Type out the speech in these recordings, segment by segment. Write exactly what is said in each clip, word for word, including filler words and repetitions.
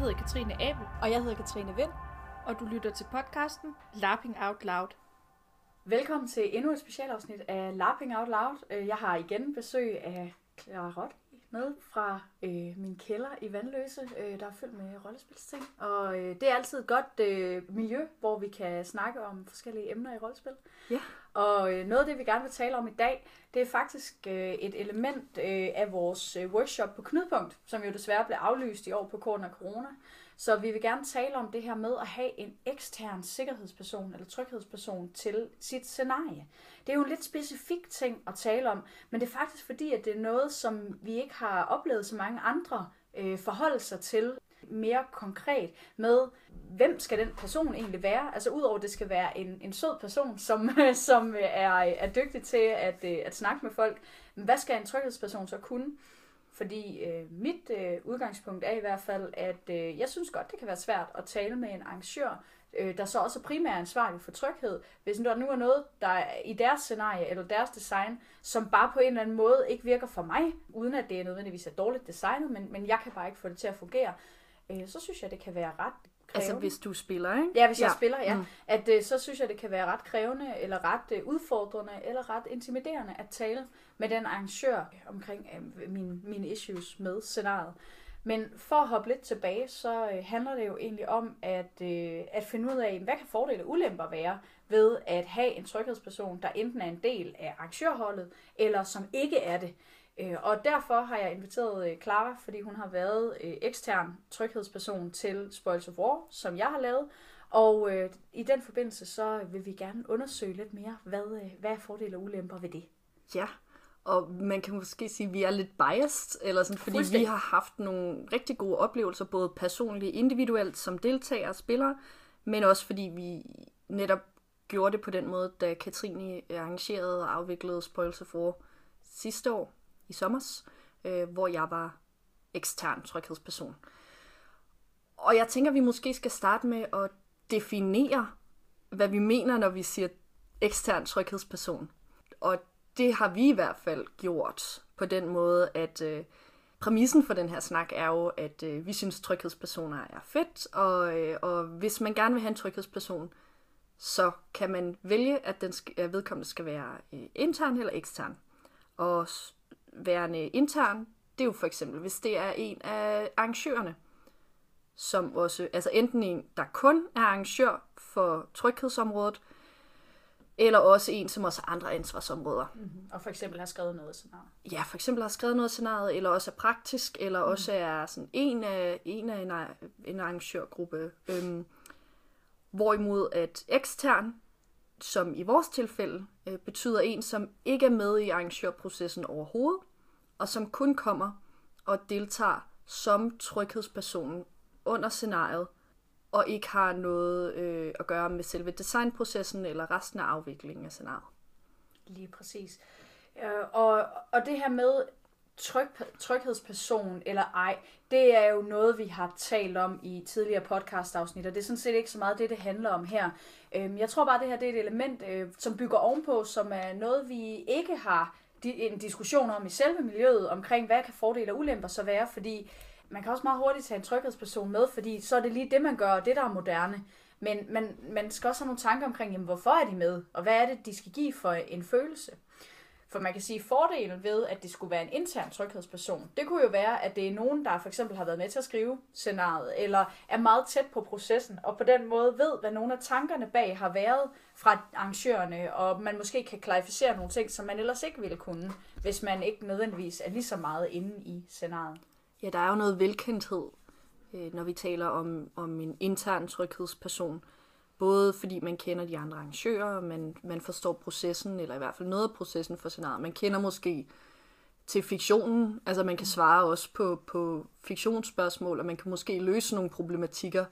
hedder Katrine Abel. Og jeg hedder Katrine Vind. Og du lytter til podcasten LARPing Out Loud. Velkommen til endnu et specialafsnit af LARPing Out Loud. Jeg har igen besøg af Clara Rott med fra øh, min kælder i Vandløse, øh, der er fyldt med rollespilsting. Og øh, det er altid et godt øh, miljø, hvor vi kan snakke om forskellige emner i rollespil. Ja. Og øh, noget af det, vi gerne vil tale om i dag, det er faktisk øh, et element øh, af vores øh, workshop på Knudepunkt, som jo desværre blev aflyst i år på grund af corona. Så vi vil gerne tale om det her med at have en ekstern sikkerhedsperson eller tryghedsperson til sit scenarie. Det er jo en lidt specifik ting at tale om, men det er faktisk fordi, at det er noget, som vi ikke har oplevet så mange andre øh, forholde sig til mere konkret med, hvem skal den person egentlig være? Altså udover at det skal være en, en sød person, som, som er, er dygtig til at, at snakke med folk. Hvad skal en tryghedsperson så kunne? Fordi øh, mit øh, udgangspunkt er i hvert fald, at øh, jeg synes godt, det kan være svært at tale med en arrangør, øh, der så også er primært ansvarlig for tryghed. Hvis der nu er noget, der er i deres scenarie eller deres design, som bare på en eller anden måde ikke virker for mig, uden at det er nødvendigvis er dårligt designet, men, men jeg kan bare ikke få det til at fungere, øh, så synes jeg, det kan være ret krævende. Altså hvis du spiller, ikke? Ja, hvis jeg ja. spiller, ja. Mm. At, øh, så synes jeg, det kan være ret krævende, eller ret øh, udfordrende, eller ret intimiderende at tale med den arrangør omkring øh, mine, mine issues med scenariet. Men for at hoppe lidt tilbage, så øh, handler det jo egentlig om at, øh, at finde ud af, hvad kan fordele og ulemper være ved at have en tryghedsperson, der enten er en del af arrangørholdet, eller som ikke er det. Og derfor har jeg inviteret Clara, fordi hun har været ekstern tryghedsperson til Spoils of War, som jeg har lavet. Og øh, i den forbindelse, så vil vi gerne undersøge lidt mere, hvad, hvad er fordele og ulemper ved det. Ja, og man kan måske sige, at vi er lidt biased, eller sådan, fordi vi har haft nogle rigtig gode oplevelser, både personligt individuelt som deltagere og spillere, men også fordi vi netop gjorde det på den måde, da Katrine arrangerede og afviklede Spoils of War sidste år i sommers, øh, hvor jeg var ekstern tryghedsperson. Og jeg tænker, at vi måske skal starte med at definere, hvad vi mener, når vi siger ekstern tryghedsperson. Og det har vi i hvert fald gjort på den måde, at øh, præmissen for den her snak er jo, at øh, vi synes, tryghedspersoner er fedt, og, øh, og hvis man gerne vil have en tryghedsperson, så kan man vælge, at den skal, at vedkommende skal være øh, intern eller ekstern. Og værende intern, det er jo for eksempel, hvis det er en af arrangørerne, som også, altså enten en, der kun er arrangør for tryghedsområdet, eller også en, som også har andre ansvarsområder. Mm-hmm. Og for eksempel har skrevet noget scenarie. Ja, for eksempel har skrevet noget scenarie, eller også er praktisk, eller mm. også er sådan en af, en af en, en arrangørgruppe. Øhm, hvorimod at ekstern, som i vores tilfælde, øh, betyder en, som ikke er med i arrangørprocessen overhovedet, og som kun kommer og deltager som tryghedsperson under scenariet, og ikke har noget øh, at gøre med selve designprocessen eller resten af afviklingen af scenariet. Lige præcis. Øh, og, og det her med tryg, tryghedsperson eller ej, det er jo noget, vi har talt om i tidligere podcast-afsnit, og det er sådan set ikke så meget det, det handler om her. Øh, jeg tror bare, det her det er et element, øh, som bygger ovenpå, som er noget, vi ikke har en diskussion om i selve miljøet, omkring hvad kan fordele og ulemper så være, fordi man kan også meget hurtigt tage en tryghedsperson med, fordi så er det lige det, man gør, og det, der er moderne. Men man, man skal også have nogle tanker omkring, jamen, hvorfor er de med, og hvad er det, de skal give for en følelse. For man kan sige, at fordelen ved, at det skulle være en intern tryghedsperson, det kunne jo være, at det er nogen, der for eksempel har været med til at skrive scenariet, eller er meget tæt på processen, og på den måde ved, hvad nogle af tankerne bag har været fra arrangørerne, og man måske kan klarificere nogle ting, som man ellers ikke ville kunne, hvis man ikke nødvendigvis er lige så meget inde i scenariet. Ja, der er jo noget velkendthed, når vi taler om, om en intern tryghedsperson. Både fordi man kender de andre arrangører, man, man forstår processen, eller i hvert fald noget af processen for scenariet. Man kender måske til fiktionen, altså man kan svare også på, på fiktionsspørgsmål, og man kan måske løse nogle problematikker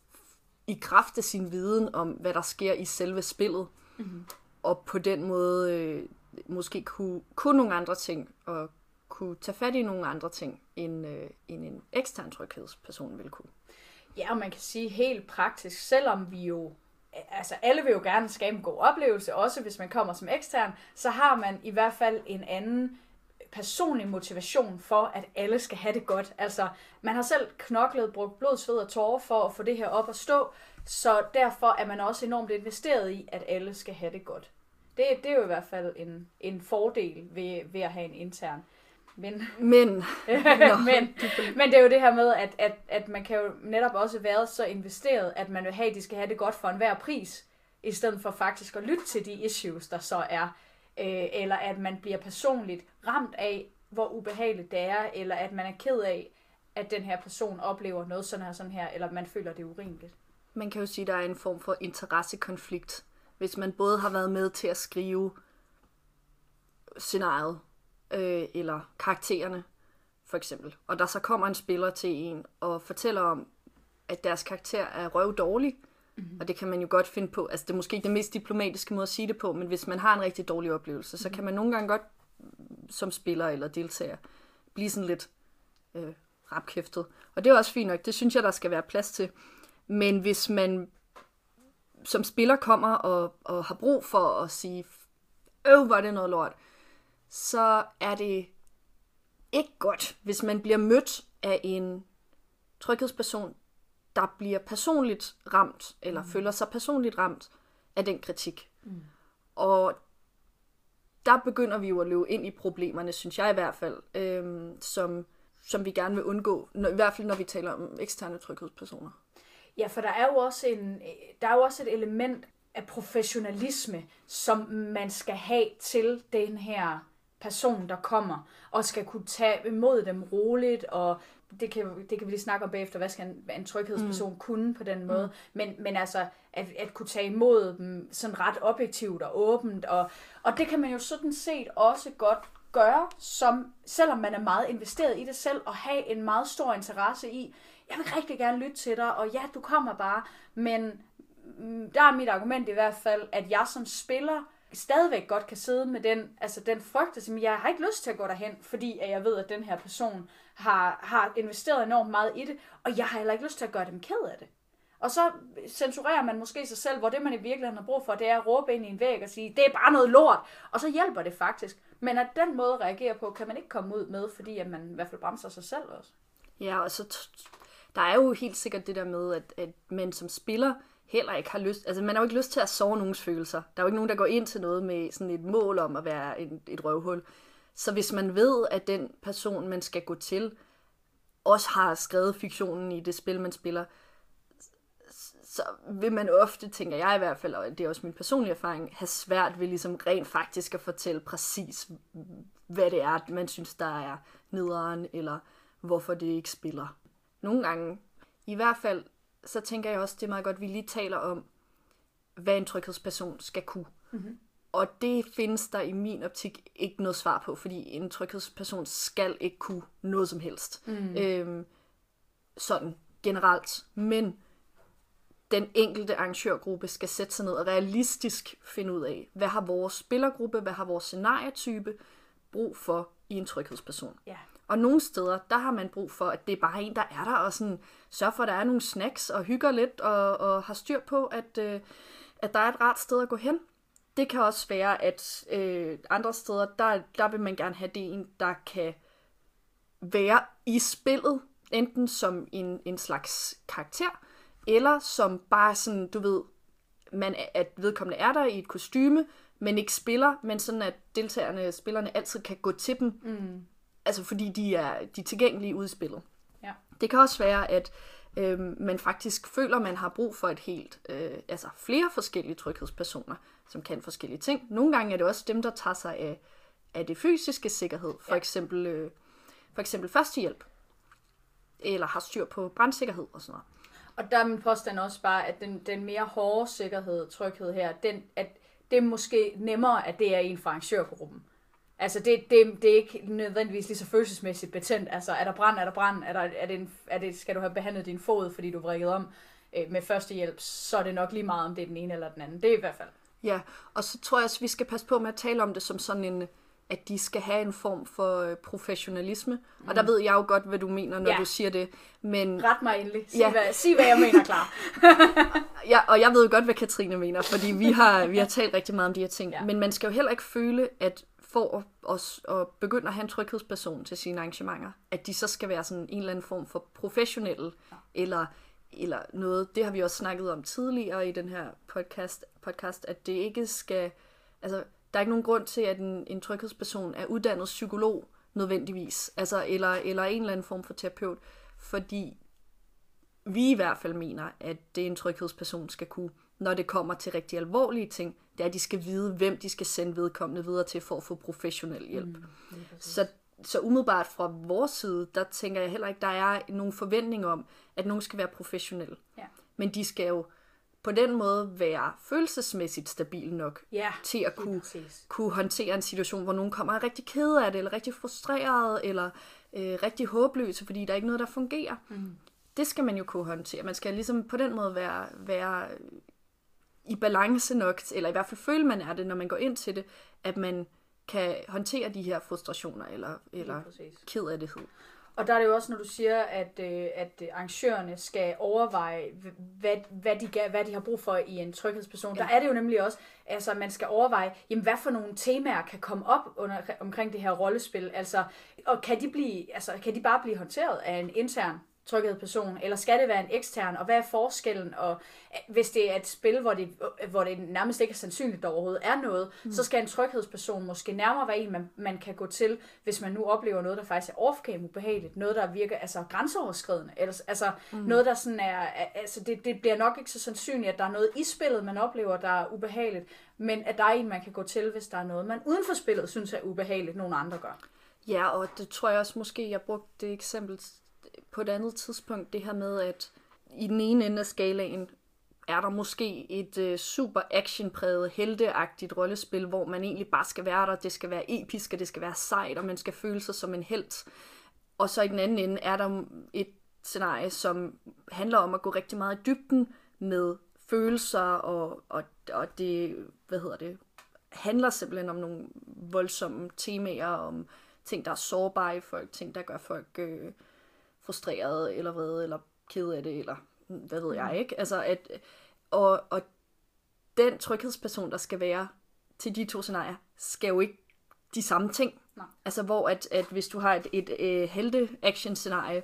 i kraft af sin viden om, hvad der sker i selve spillet. Mm-hmm. Og på den måde øh, måske kunne, kunne nogle andre ting, og kunne tage fat i nogle andre ting, end, øh, end en ekstern tryghedsperson ville kunne. Ja, og man kan sige helt praktisk, selvom vi jo, altså alle vil jo gerne skabe en god oplevelse, også hvis man kommer som ekstern, så har man i hvert fald en anden personlig motivation for, at alle skal have det godt. Altså, man har selv knoklet, brugt blod, sved og tårer for at få det her op at stå, så derfor er man også enormt investeret i, at alle skal have det godt. Det, det er jo i hvert fald en, en fordel ved, ved at have en intern. Men, men, men, men det er jo det her med, at, at, at man kan jo netop også være så investeret, at man vil have, at de skal have det godt for enhver pris, i stedet for faktisk at lytte til de issues, der så er. Øh, eller at man bliver personligt ramt af, hvor ubehageligt det er, eller at man er ked af, at den her person oplever noget sådan her, sådan her, eller man føler det urimeligt. Man kan jo sige, at der er en form for interessekonflikt, hvis man både har været med til at skrive scenariet, øh, eller karaktererne, for eksempel, og der så kommer en spiller til en og fortæller om, at deres karakter er røvdårlig, mm-hmm. og det kan man jo godt finde på, altså det er måske ikke den mest diplomatiske måde at sige det på, men hvis man har en rigtig dårlig oplevelse, så kan man nogle gange godt, som spiller eller deltager, blive sådan lidt øh, rapkæftet. Og det er også fint nok, det synes jeg, der skal være plads til. Men hvis man som spiller kommer og, og har brug for at sige, øv, var det noget lort, så er det ikke godt, hvis man bliver mødt af en tryghedsperson, der bliver personligt ramt, eller mm. føler sig personligt ramt af den kritik. Mm. Og der begynder vi jo at løbe ind i problemerne, synes jeg i hvert fald, øhm, som, som vi gerne vil undgå, når, i hvert fald når vi taler om eksterne tryghedspersoner. Ja, for der er jo også en, der er jo også et element af professionalisme, som man skal have til den her person, der kommer, og skal kunne tage imod dem roligt, og det kan, det kan vi lige snakke om bagefter, hvad skal en, en tryghedsperson mm. kunne på den måde, mm. men, men altså, at, at kunne tage imod dem sådan ret objektivt og åbent, og, og det kan man jo sådan set også godt gøre, som, selvom man er meget investeret i det selv, og have en meget stor interesse i, jeg vil rigtig gerne lytte til dig, og ja, du kommer bare, men der er mit argument i hvert fald, at jeg som spiller stadigvæk godt kan sidde med den, altså den frygt, at jeg har ikke lyst til at gå derhen, fordi at jeg ved, at den her person har, har investeret enormt meget i det, og jeg har heller ikke lyst til at gøre dem ked af det. Og så censurerer man måske sig selv, hvor det man i virkeligheden har brug for, det er at råbe ind i en væg og sige, det er bare noget lort, og så hjælper det faktisk. Men at den måde at reagere på, kan man ikke komme ud med, fordi at man i hvert fald bremser sig selv også. Ja, og så t- der er jo helt sikkert det der med, at, at man som spiller heller ikke har lyst, altså man har jo ikke lyst til at sove nogens følelser. Der er jo ikke nogen, der går ind til noget med sådan et mål om at være et, et røvhul. Så hvis man ved, at den person, man skal gå til, også har skrevet fiktionen i det spil, man spiller, så vil man ofte, tænker jeg i hvert fald, og det er også min personlige erfaring, have svært ved ligesom rent faktisk at fortælle præcis, hvad det er, man synes, der er nederen, eller hvorfor det ikke spiller. Nogle gange, i hvert fald, så tænker jeg også, det er meget godt, at vi lige taler om, hvad en tryghedsperson skal kunne. Mm-hmm. Og det findes der i min optik ikke noget svar på, fordi en tryghedsperson skal ikke kunne noget som helst. Mm. Øhm, sådan generelt. Men den enkelte arrangørgruppe skal sætte sig ned og realistisk finde ud af, hvad har vores spillergruppe, hvad har vores scenarietype brug for i en tryghedsperson. Yeah. Og nogle steder, der har man brug for, at det er bare en, der er der, og sådan sørger for, at der er nogle snacks, og hygger lidt, og, og har styr på, at, øh, at der er et rart sted at gå hen. Det kan også være, at øh, andre steder, der, der vil man gerne have det en, der kan være i spillet, enten som en, en slags karakter, eller som bare sådan, du ved, man, at vedkommende er der i et kostyme, men ikke spiller, men sådan, at deltagerne, spillerne altid kan gå til dem, mm. altså fordi de er, de er tilgængelige ude i spillet. Ja. Det kan også være, at øh, man faktisk føler, man har brug for et helt, øh, altså flere forskellige tryghedspersoner, som kan forskellige ting. Nogle gange er det også dem, der tager sig af, af det fysiske sikkerhed, for, ja. eksempel, øh, for eksempel førstehjælp, eller har styr på brandsikkerhed og sådan noget. Og der er min påstand også bare, at den, den mere hårde sikkerhed, tryghed her, den, at det er måske nemmere, at det er en fra arrangørgruppen. Altså det, det, det er ikke nødvendigvis lige så følelsesmæssigt betændt. Altså er der brand, er der brand, er der, er det en, er det, skal du have behandlet din fod, fordi du er vrikket om øh, med førstehjælp, så er det nok lige meget, om det er den ene eller den anden. Det er i hvert fald. Ja, og så tror jeg også, vi skal passe på med at tale om det som sådan en, at de skal have en form for professionalisme. Mm. Og der ved jeg jo godt, hvad du mener, når ja. du siger det. Men ret mig endelig. Sig, ja. hvad, sig hvad jeg mener, klar. Ja, og jeg ved jo godt, hvad Katrine mener, fordi vi har, vi har talt rigtig meget om de her ting. Ja. Men man skal jo heller ikke føle, at for at, at begynde at have en tryghedsperson til sine arrangementer, at de så skal være sådan en eller anden form for professionelle, ja. eller, eller noget, det har vi også snakket om tidligere i den her podcast, podcast at det ikke skal, altså der er ikke nogen grund til, at en, en tryghedsperson er uddannet psykolog nødvendigvis, altså, eller, eller en eller anden form for terapeut, fordi vi i hvert fald mener, at det en tryghedsperson skal kunne, når det kommer til rigtig alvorlige ting, det er, at de skal vide, hvem de skal sende vedkommende videre til for at få professionel hjælp. Mm, så, så umiddelbart fra vores side, der tænker jeg heller ikke, der er nogen forventning om, at nogen skal være professionelle. Ja. Men de skal jo på den måde være følelsesmæssigt stabil nok ja, til at kunne, kunne håndtere en situation, hvor nogen kommer og er rigtig ked af det, eller rigtig frustreret, eller øh, rigtig håbløse, fordi der er ikke noget, der fungerer. Mm. Det skal man jo kunne håndtere. Man skal ligesom på den måde være, være i balance nok, eller i hvert fald føle, man er det, når man går ind til det, at man kan håndtere de her frustrationer, eller, eller ked af det. Og der er det jo også, når du siger, at, øh, at arrangørerne skal overveje, hvad, hvad, de, hvad de har brug for i en tryghedsperson. Ja. Der er det jo nemlig også, altså at man skal overveje, jamen, hvad for nogle temaer kan komme op under, omkring det her rollespil. Altså, og kan de, blive, altså, kan de bare blive håndteret af en intern tryghedsperson, eller skal det være en ekstern, og hvad er forskellen, og hvis det er et spil, hvor det, hvor det nærmest ikke er sandsynligt, der overhovedet er noget, mm. så skal en tryghedsperson måske nærmere være en, man, man kan gå til, hvis man nu oplever noget, der faktisk er off-game ubehageligt, noget, der virker altså grænseoverskridende, eller, altså mm. noget, der sådan er, altså det, det bliver nok ikke så sandsynligt, at der er noget i spillet, man oplever, der er ubehageligt, men at der er en, man kan gå til, hvis der er noget, man uden for spillet synes er ubehageligt, nogle andre gør. Ja, og det tror jeg også måske, jeg brugte det eksempel på et andet tidspunkt, det her med, at i den ene ende af skalaen er der måske et øh, super actionpræget, helteagtigt rollespil, hvor man egentlig bare skal være der, det skal være episk, og det skal være sejt, og man skal føle sig som en helt. Og så i den anden ende er der et scenarie, som handler om at gå rigtig meget i dybden med følelser, og, og, og det, hvad hedder det, handler simpelthen om nogle voldsomme temaer, om ting, der er sårbare i folk, ting, der gør folk øh, frustrerede, eller vrede, eller kede af det, eller hvad ved jeg, ikke? Altså, at, og, og den tryghedsperson, der skal være til de to scenarier, skal jo ikke de samme ting. Nej. Altså, hvor at, at hvis du har et, et, et helte-action-scenarie,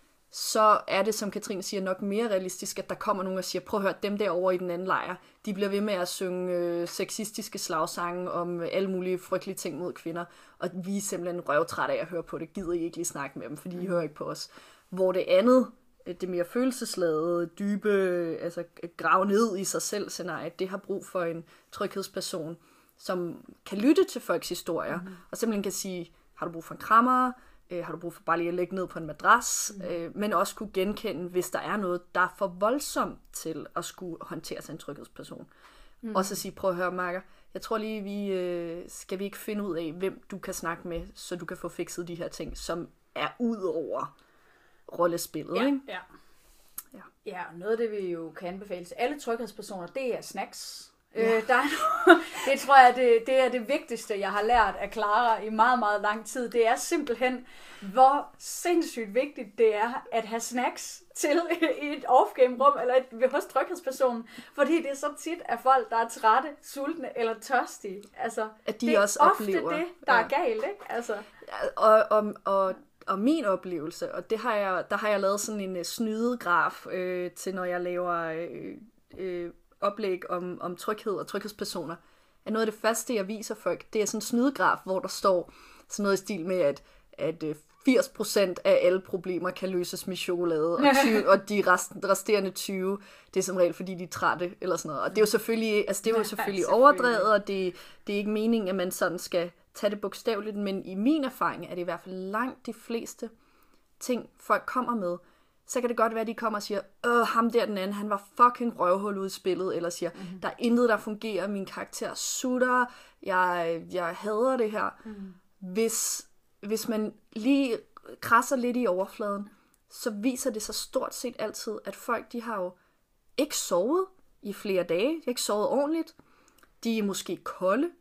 så er det, som Katrine siger, nok mere realistisk, at der kommer nogen og siger, prøv at høre, dem derovre i den anden lejr, de bliver ved med at synge øh, sexistiske slagsange om øh, alle mulige frygtelige ting mod kvinder, og vi er simpelthen røvtrætte af at høre på det, gider I ikke lige snakke med dem, fordi I hører ikke på os. Hvor det andet, det mere følelsesladede, dybe, altså grave ned i sig selv scenarie, det har brug for en tryghedsperson, som kan lytte til folks historier, mm-hmm. og simpelthen kan sige, har du brug for en krammer, øh, har du brug for bare lige at lægge ned på en madras, mm-hmm. øh, men også kunne genkende, hvis der er noget, der er for voldsomt til at skulle håndtere sig en tryghedsperson. Mm-hmm. Og så sige, prøv at høre, Marker, jeg tror lige, vi øh, skal vi ikke finde ud af, hvem du kan snakke med, så du kan få fikset de her ting, som er ud over rollespillet, ja, ikke? Ja. Ja. Ja, noget af det, vi jo kan anbefale til alle tryghedspersoner, det er snacks. Ja. Øh, der er no- det tror jeg, det, det er det vigtigste, jeg har lært af Clara i meget, meget lang tid. Det er simpelthen, hvor sindssygt vigtigt det er at have snacks til i et off-game-rum eller et, hos tryghedspersonen. Fordi det er så tit, at folk, der er trætte, sultne eller tørstige, altså, at de det er også ofte oplever det, der ja. er galt, ikke? Altså. Og, og, og Og min oplevelse, og det har jeg, der har jeg lavet sådan en uh, snydegraf øh, til, når jeg laver øh, øh, oplæg om, om tryghed og tryghedspersoner, at noget af det første, jeg viser folk, det er sådan en snydegraf, hvor der står sådan noget i stil med, at, at øh, firs procent af alle problemer kan løses med chokolade, og, tyve, og de rest, resterende tyve, det er som regel, fordi de er trætte, eller sådan noget. Og det er jo selvfølgelig, altså det er jo selvfølgelig, selvfølgelig overdrevet, og det, det er ikke meningen, at man sådan skal tage det bogstaveligt, men i min erfaring er det i hvert fald langt de fleste ting, folk kommer med. Så kan det godt være, at de kommer og siger, åh, ham der den anden, han var fucking røvhul ude i spillet, eller siger, mm-hmm. der er intet, der fungerer, min karakter sutter, jeg, jeg hader det her. Mm. Hvis, hvis man lige krasser lidt i overfladen, så viser det sig stort set altid, at folk, de har jo ikke sovet i flere dage, de har ikke sovet ordentligt, de er måske kolde,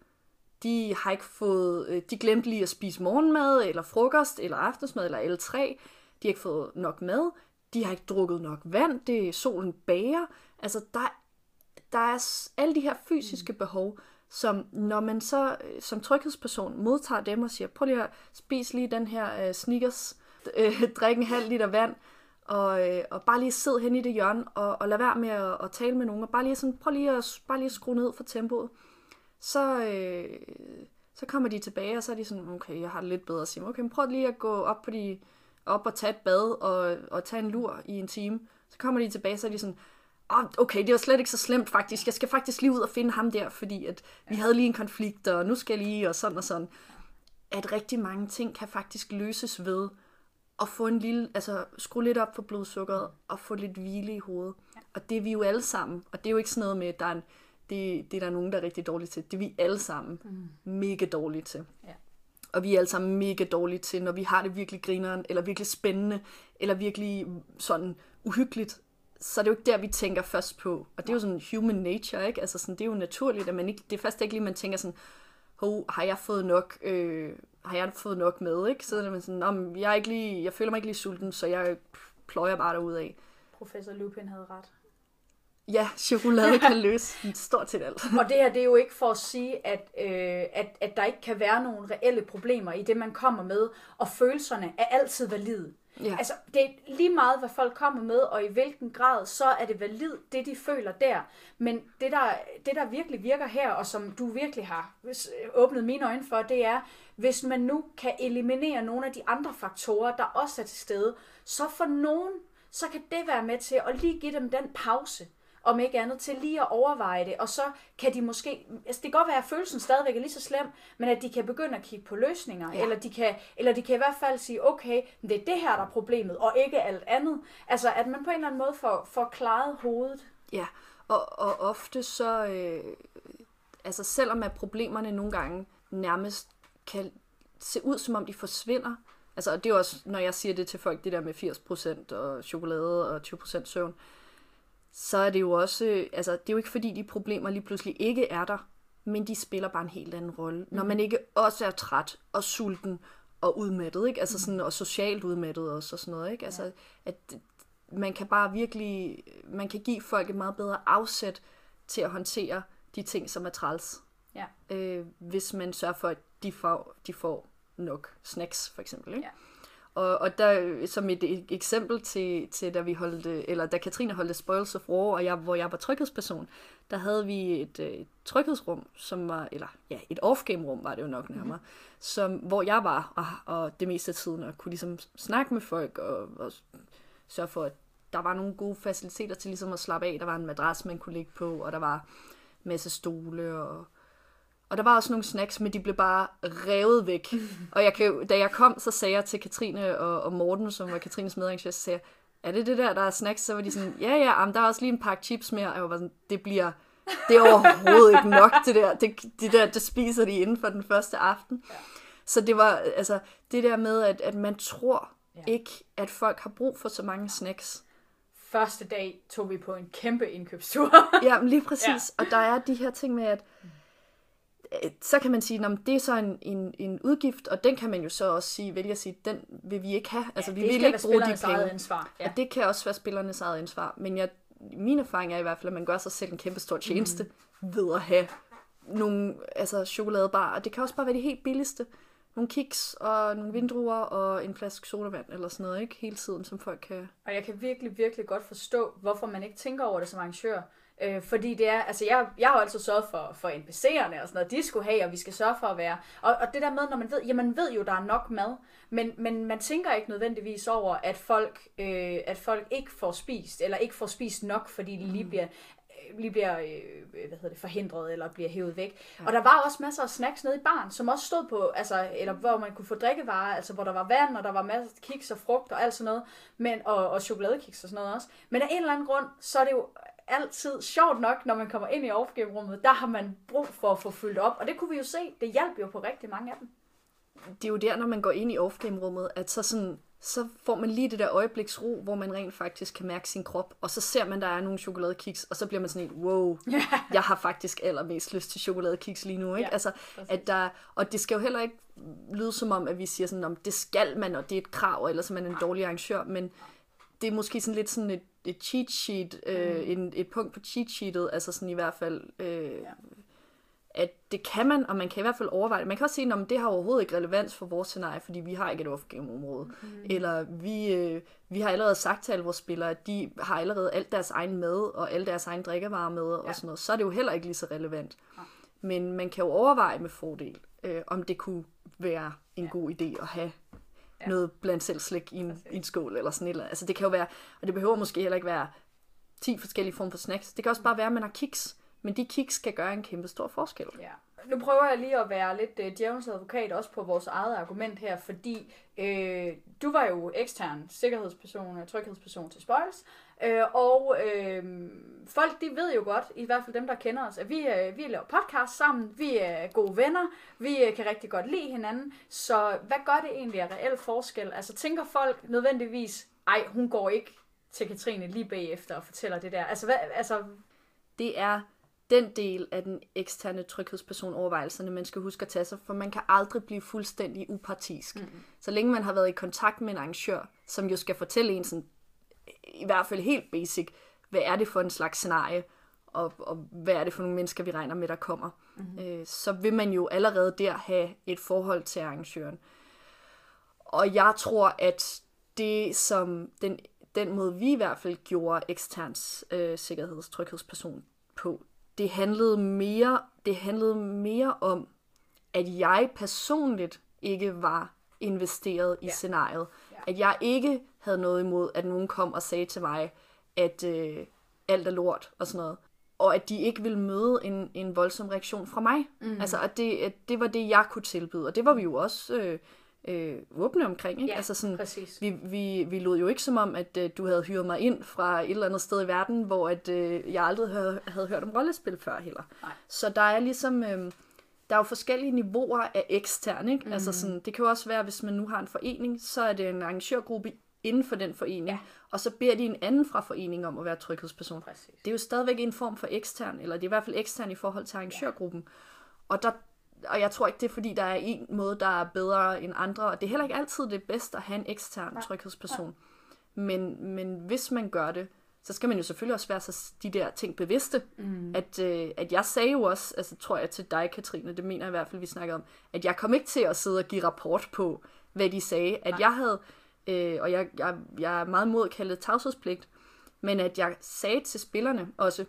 de har ikke fået, de glemte lige at spise morgenmad, eller frokost, eller aftensmad, eller alle tre. De har ikke fået nok mad. De har ikke drukket nok vand. Det er solen bager. Altså, der, der er alle de her fysiske behov, som når man så som tryghedsperson modtager dem og siger, prøv lige at spise lige den her uh, Snickers, uh, drik en halv liter vand, og, uh, og bare lige sidde hen i det hjørne, og, og lad være med at, at tale med nogen, og bare lige sådan, prøv lige at, bare lige at skrue ned for tempoet. Så, uh, så kommer de tilbage, og så er de sådan, okay, jeg har det lidt bedre at sige, okay, men prøv lige at gå op, på de, op og tage et bad, og, og tage en lur i en time. Så kommer de tilbage, så er de sådan, oh, okay, det var slet ikke så slemt faktisk. Jeg skal faktisk lige ud og finde ham der, fordi at vi havde lige en konflikt, og nu skal jeg lige, og sådan og sådan. At rigtig mange ting kan faktisk løses ved at få en lille, altså skrue lidt op for blodsukkeret, og få lidt hvile i hovedet. Ja. Og det er vi jo alle sammen. Og det er jo ikke sådan noget med, at der er en, det, det er der nogen, der er rigtig dårlige til. Det er vi alle sammen mm. mega dårlige til. Ja. Og vi er alle sammen mega dårlige til, når vi har det virkelig grineren, eller virkelig spændende, eller virkelig sådan uhyggeligt, så er det jo ikke der, vi tænker først på. Og det er jo sådan human nature, ikke? Altså sådan, det er jo naturligt, at man ikke, det er først ikke lige, man tænker sådan, hov, har jeg fået nok, øh, har jeg fået nok med, ikke? Så er man sådan, om jeg er ikke lige, jeg føler mig ikke lige sulten, så jeg pløjer bare derudad. Professor Lupin havde ret. Ja, chokolade kan løse stort set alt. Og det her, det er jo ikke for at sige, at, øh, at, at der ikke kan være nogle reelle problemer i det, man kommer med, og følelserne er altid valide. Ja. Altså, det er lige meget, hvad folk kommer med, og i hvilken grad, så er det valid, det de føler der. Men det der, det, der virkelig virker her, og som du virkelig har åbnet mine øjne for, det er, hvis man nu kan eliminere nogle af de andre faktorer, der også er til stede, så for nogen, så kan det være med til at lige give dem den pause, om ikke andet, til lige at overveje det, og så kan de måske, altså det kan godt være, at følelsen stadigvæk er lige så slem, men at de kan begynde at kigge på løsninger, ja. eller, de kan, eller de kan i hvert fald sige, okay, det er det her, der er problemet, og ikke alt andet. Altså, at man på en eller anden måde får, får klaret hovedet. Ja, og, og ofte så, øh, altså selvom at problemerne nogle gange nærmest kan se ud, som om de forsvinder, altså, og det er også, når jeg siger det til folk, det der med firs procent og chokolade og tyve procent søvn, så er det jo også, altså det er jo ikke fordi de problemer lige pludselig ikke er der, men de spiller bare en helt anden rolle. Mm. Når man ikke også er træt og sulten og udmattet, ikke? Altså sådan, og socialt udmattet også og sådan noget, ikke? Altså, at man kan bare virkelig, man kan give folk et meget bedre afsæt til at håndtere de ting, som er træls. Ja. Øh, hvis man sørger for, at de får, de får nok snacks, for eksempel, ikke? Ja. Og, og der, som et, et eksempel til, til da vi holdt, eller da Katrine holdt Spoils of War, og jeg, hvor jeg var tryghedsperson, der havde vi et, et tryghedsrum, som var, eller ja, et off-game rum var det jo nok nærmere, mm-hmm. som, hvor jeg var, og, og det meste af tiden, og kunne ligesom snakke med folk, og, og sørge for, at der var nogle gode faciliteter til ligesom at slappe af. Der var en madras, man kunne ligge på, og der var en masse stole, og Og der var også nogle snacks, men de blev bare revet væk. Og jeg kan, da jeg kom, så sagde jeg til Katrine og, og Morten, som var Katrines medarrangør, så sagde jeg, er det det der, der er snacks? Så var de sådan, ja, ja, men der er også lige en pakke chips mere. Og jeg var sådan, det bliver, det er overhovedet ikke nok, det der. Det, det der, det spiser de inden for den første aften. Ja. Så det var, altså, det der med, at, at man tror ja. ikke, at folk har brug for så mange snacks. Første dag tog vi på en kæmpe indkøbstur. Ja, men lige præcis. Ja. Og der er de her ting med, at så kan man sige, at det er så en, en, en udgift, og den kan man jo så også sige, vælge at sige, den vil vi ikke have. Altså, ja, vi vil ikke bruge de penge. Ansvar. Ja. Og det kan også være spillernes eget ansvar. Men jeg, min erfaring er i hvert fald, at man gør sig selv en kæmpe stor tjeneste mm. ved at have nogle altså, chokoladebar. Og det kan også bare være de helt billigste. Nogle kiks og nogle vindruer og en flaske sodavand eller sådan noget, ikke? Hele tiden, som folk kan. Og jeg kan virkelig, virkelig godt forstå, hvorfor man ikke tænker over det som arrangør. Øh, fordi det er, altså jeg, jeg har jo altid sørget for, for N P C'erne og sådan noget, de skulle have, og vi skal sørge for at være, og, og det der med, når man ved, ja, man ved jo, der er nok mad, men, men man tænker ikke nødvendigvis over, at folk, øh, at folk ikke får spist, eller ikke får spist nok, fordi de lige bliver, lige bliver øh, hvad hedder det, forhindret, eller bliver hævet væk. Ja. Og der var også masser af snacks nede i baren, som også stod på, altså, eller hvor man kunne få drikkevarer, altså hvor der var vand, og der var masser af kiks og frugt og alt sådan noget, men, og, og chokoladekiks og sådan noget også. Men af en eller anden grund, så er det jo altid sjovt nok, når man kommer ind i off-game-rummet, der har man brug for at få fyldt op, og det kunne vi jo se, det hjalp jo på rigtig mange af dem. Det er jo der, når man går ind i off-game-rummet, at så, sådan, så får man lige det der øjebliksro, hvor man rent faktisk kan mærke sin krop, og så ser man, der er nogle chokoladekiks, og så bliver man sådan helt, wow, jeg har faktisk allermest lyst til chokoladekiks lige nu, ikke? Ja, altså, at der, og det skal jo heller ikke lyde som om, at vi siger sådan, om det skal man, og det er et krav, eller så er man en dårlig arrangør, men det er måske sådan lidt sådan et, et cheat sheet, øh, mm. en, et punkt på cheat sheetet, altså sådan i hvert fald, øh, ja. at det kan man, og man kan i hvert fald overveje det. Man kan også sige, at det har overhovedet ikke relevans for vores scenarie, fordi vi har ikke et off-game-område. Mm. Eller vi, øh, vi har allerede sagt til alle vores spillere, at de har allerede alt deres egen mad, og alle deres egen drikkevarer med, ja. og sådan noget. Så er det jo heller ikke lige så relevant. Ja. Men man kan jo overveje med fordel, øh, om det kunne være en ja. god idé at have ja. noget blandt selv slik i en, i en skål, eller sådan et eller andet. Altså det kan jo være, og det behøver måske heller ikke være ti forskellige former for snacks. Det kan også bare være, at man har kiks. Men de kiks kan gøre en kæmpe stor forskel. Ja. Nu prøver jeg lige at være lidt uh, djævelens advokat også på vores eget argument her, fordi øh, du var jo ekstern sikkerhedsperson og tryghedsperson til Spoils, øh, og øh, folk de ved jo godt, i hvert fald dem der kender os, at vi, øh, vi laver podcast sammen, vi er gode venner, vi øh, kan rigtig godt lide hinanden, så hvad gør det egentlig af reel forskel? Altså tænker folk nødvendigvis, ej hun går ikke til Katrine lige bagefter og fortæller det der, altså hvad, altså... Det er den del af den eksterne tryghedsperson overvejelserne, man skal huske at tage sig, for man kan aldrig blive fuldstændig upartisk. Mm. Så længe man har været i kontakt med en arrangør, som jo skal fortælle en sådan, i hvert fald helt basic, hvad er det for en slags scenarie, og, og hvad er det for nogle mennesker, vi regner med, der kommer. Mm. Øh, så vil man jo allerede der have et forhold til arrangøren. Og jeg tror, at det som den, den måde, vi i hvert fald gjorde eksterns øh, sikkerhedstryghedsperson på, Det handlede, mere, det handlede mere om, at jeg personligt ikke var investeret i ja. scenariet. Ja. At jeg ikke havde noget imod, at nogen kom og sagde til mig, at øh, alt er lort og sådan noget. Og at de ikke ville møde en, en voldsom reaktion fra mig. Mm. Altså, at det, at det var det, jeg kunne tilbyde. Og det var vi jo også øh, øh, åbne omkring. Ikke? Ja, altså sådan, præcis. Vi, vi, vi lod jo ikke som om, at øh, du havde hyret mig ind fra et eller andet sted i verden, hvor at, øh, jeg aldrig havde, havde hørt om rollespil før heller. Nej. Så der er ligesom... Øh, der er jo forskellige niveauer af ekstern, ikke? Mm. Altså sådan, det kan jo også være, hvis man nu har en forening, så er det en arrangørgruppe inden for den forening, ja. og så beder de en anden fra foreningen om at være tryghedsperson. Præcis. Det er jo stadigvæk en form for ekstern, eller det er i hvert fald ekstern i forhold til arrangørgruppen. Ja. Og, der, og jeg tror ikke, det er fordi, der er en måde, der er bedre end andre, og det er heller ikke altid det bedste at have en ekstern ja. tryghedsperson. Ja. Men, men hvis man gør det, så skal man jo selvfølgelig også være så de der ting bevidste. Mm. At, øh, at jeg sagde jo også, altså tror jeg til dig, Katrine, det mener jeg i hvert fald, vi snakkede om, at jeg kom ikke til at sidde og give rapport på, hvad de sagde. At Nej. jeg havde, øh, og jeg, jeg, jeg er meget mod kaldet tavshedspligt, men at jeg sagde til spillerne også,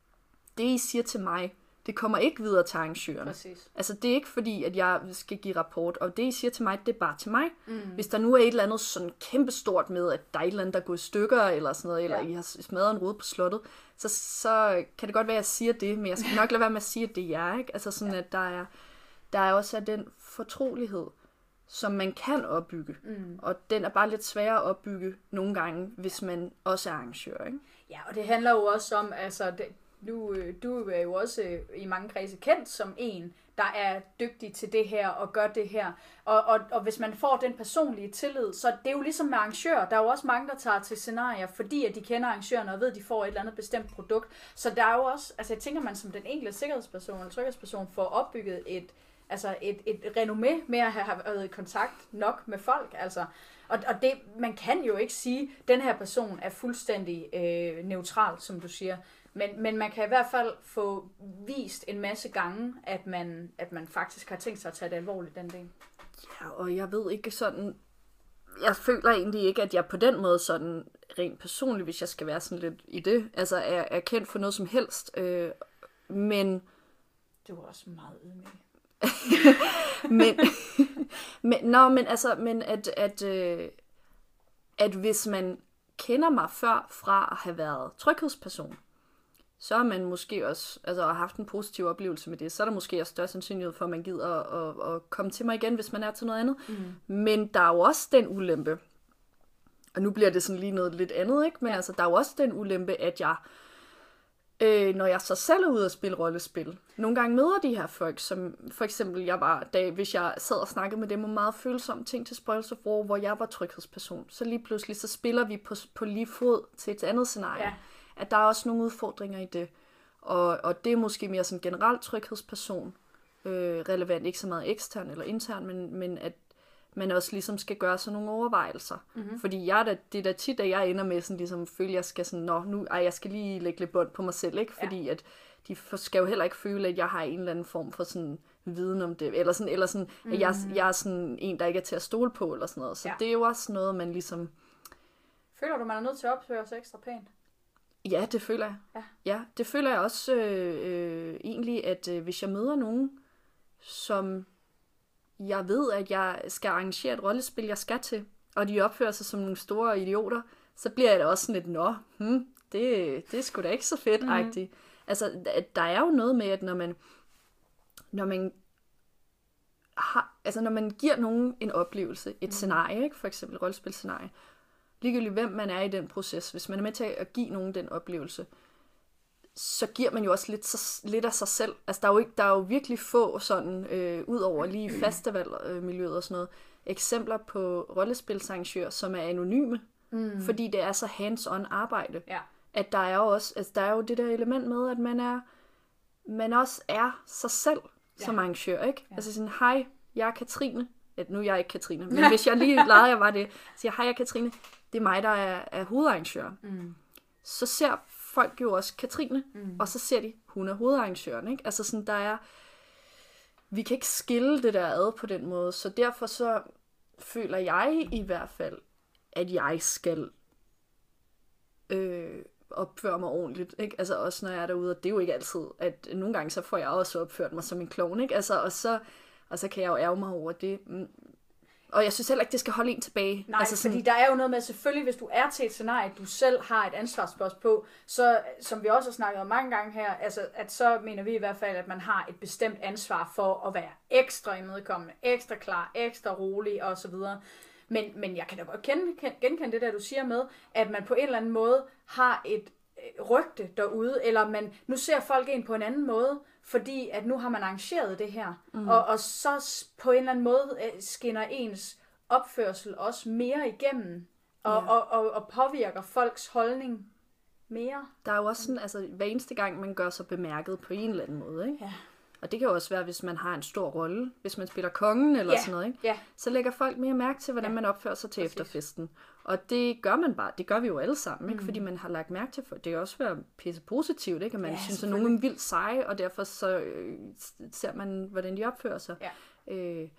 det I siger til mig, det kommer ikke videre til arrangøren. Præcis. Altså det er ikke fordi, at jeg skal give rapport, og det I siger til mig, det er bare til mig. Mm. Hvis der nu er et eller andet sådan kæmpestort med, at der er et eller andet, der går i stykker, eller sådan noget, ja. eller I har smadret en rode på slottet, så, så kan det godt være, at jeg siger det, men jeg skal nok lade være med at sige, at det er jeg, ikke? Altså sådan, ja. at der er, der er også den fortrolighed, som man kan opbygge, mm. og den er bare lidt sværere at opbygge nogle gange, hvis man også er arrangør, ikke? Ja, og det handler jo også om, altså... Det Du, du er jo også i mange kredse kendt som en, der er dygtig til det her og gør det her. Og, og, og hvis man får den personlige tillid, så det er jo ligesom med arrangører. Der er jo også mange, der tager til scenarier, fordi at de kender arrangørerne og ved, at de får et eller andet bestemt produkt. Så der er jo også, altså jeg tænker man som den enkelte sikkerhedsperson eller tryghedsperson får opbygget et, altså et, et renommé med at have været i kontakt nok med folk. Altså. Og, og det, man kan jo ikke sige, at den her person er fuldstændig øh, neutral, som du siger. Men, men man kan i hvert fald få vist en masse gange, at man, at man faktisk har tænkt sig at tage det alvorligt, den del. Ja, og jeg ved ikke sådan... Jeg føler egentlig ikke, at jeg på den måde sådan rent personligt, hvis jeg skal være sådan lidt i det, altså er, er kendt for noget som helst. Øh, men... Du er også meget ydmyg. men, men, nå, men altså, men at, at, øh, at hvis man kender mig før fra at have været tryghedsperson, så har man måske også altså, haft en positiv oplevelse med det. Så er der måske også større sandsynlighed for, at man gider at, at, at komme til mig igen, hvis man er til noget andet. Mm. Men der er jo også den ulempe, og nu bliver det sådan lige noget lidt andet, ikke? Men ja. altså, der er jo også den ulempe, at jeg, øh, når jeg så selv er ude at spille rollespil, nogle gange møder de her folk, som for eksempel jeg var, da, hvis jeg sad og snakkede med dem om meget følsomme ting til Spoils of War, hvor jeg var tryghedsperson, så lige pludselig, så spiller vi på, på lige fod til et andet scenarie. Ja. At der er også nogle udfordringer i det. Og, og det er måske mere som generelt tryghedsperson øh, relevant, ikke så meget ekstern eller intern, men, men at man også ligesom skal gøre sig nogle overvejelser. Mm-hmm. Fordi jeg da, det er da tit, at jeg ender med sådan ligesom føler, jeg skal sådan, nå, nu, ej, jeg skal lige lægge lidt bånd på mig selv, ikke? Fordi ja. at de skal jo heller ikke føle, at jeg har en eller anden form for sådan viden om det, eller sådan, eller sådan mm. at jeg, jeg er sådan en, der ikke er til at stole på, eller sådan noget. Så ja. Det er jo også noget, man ligesom... Føler du, man er nødt til at opføre sig ekstra pænt? Ja, det føler jeg. Ja, ja det føler jeg også øh, øh, egentlig, at øh, hvis jeg møder nogen, som jeg ved, at jeg skal arrangere et rollespil, jeg skal til, og de opfører sig som nogle store idioter, så bliver jeg da også sådan lidt, nå, hmm, det, det er sgu da ikke så fedt-agtigt. Mm-hmm. Altså, der er jo noget med, at når man, når man har, altså når man giver nogen en oplevelse, et mm. scenarie, ikke? For eksempel et rollespilscenarie, ligegyldigt hvem man er i den proces, hvis man er med til at give nogen den oplevelse, så giver man jo også lidt, så, lidt af sig selv. Altså, der er jo, ikke, der er jo virkelig få sådan, øh, ud over lige festivalmiljøet og sådan noget, eksempler på rollespilsarrangører, som er anonyme, mm. fordi det er så hands-on arbejde. Ja. At der er jo også, altså, der er jo det der element med, at man er, man også er sig selv ja. Som arrangør, ikke? Ja. Altså sådan, hej, jeg er Katrine. Nu er jeg ikke Katrine, men hvis jeg lige legede, jeg var det, siger, hej, jeg er Katrine. Det er mig, der er, er hovedarrangør. Mm. Så ser folk jo også Katrine, mm. og så ser de, hun er hovedarrangøren, ikke? Altså sådan, der er, vi kan ikke skille det der ad på den måde, så derfor så føler jeg i hvert fald, at jeg skal øh, opføre mig ordentligt, ikke? Altså også når jeg er derude, og det er jo ikke altid, at nogle gange så får jeg også opført mig som en klovn, ikke? Altså, og så, og så kan jeg jo ærge mig over det. Og jeg synes heller ikke, det skal holde en tilbage. Nej, altså sådan... fordi der er jo noget med, selvfølgelig hvis du er til et scenarie, du selv har et ansvarspost på, så som vi også har snakket om mange gange her, altså at så mener vi i hvert fald, at man har et bestemt ansvar for at være ekstra imødekommende, ekstra klar, ekstra rolig osv. Men, men jeg kan da godt kende, genkende det der, du siger med, at man på en eller anden måde har et rygte derude, eller man, nu ser folk en på en anden måde, fordi at nu har man arrangeret det her, mm. og, og så på en eller anden måde skinner ens opførsel også mere igennem, og, ja. og, og, og påvirker folks holdning mere. Der er jo også sådan, altså hver eneste gang, man gør sig bemærket på en eller anden måde, ikke? Ja. Og det kan jo også være, hvis man har en stor rolle, hvis man spiller kongen eller ja. Sådan noget, ikke? Ja. Så lægger folk mere mærke til, hvordan ja. Man opfører sig til Præcis. Efterfesten. Og det gør man bare, det gør vi jo alle sammen, ikke? Mm. Fordi man har lagt mærke til, for det kan også være pisse positivt, ikke? At man ja, synes, at nogen er vildt seje, og derfor så øh, ser man, hvordan de opfører sig. Ja. Øh,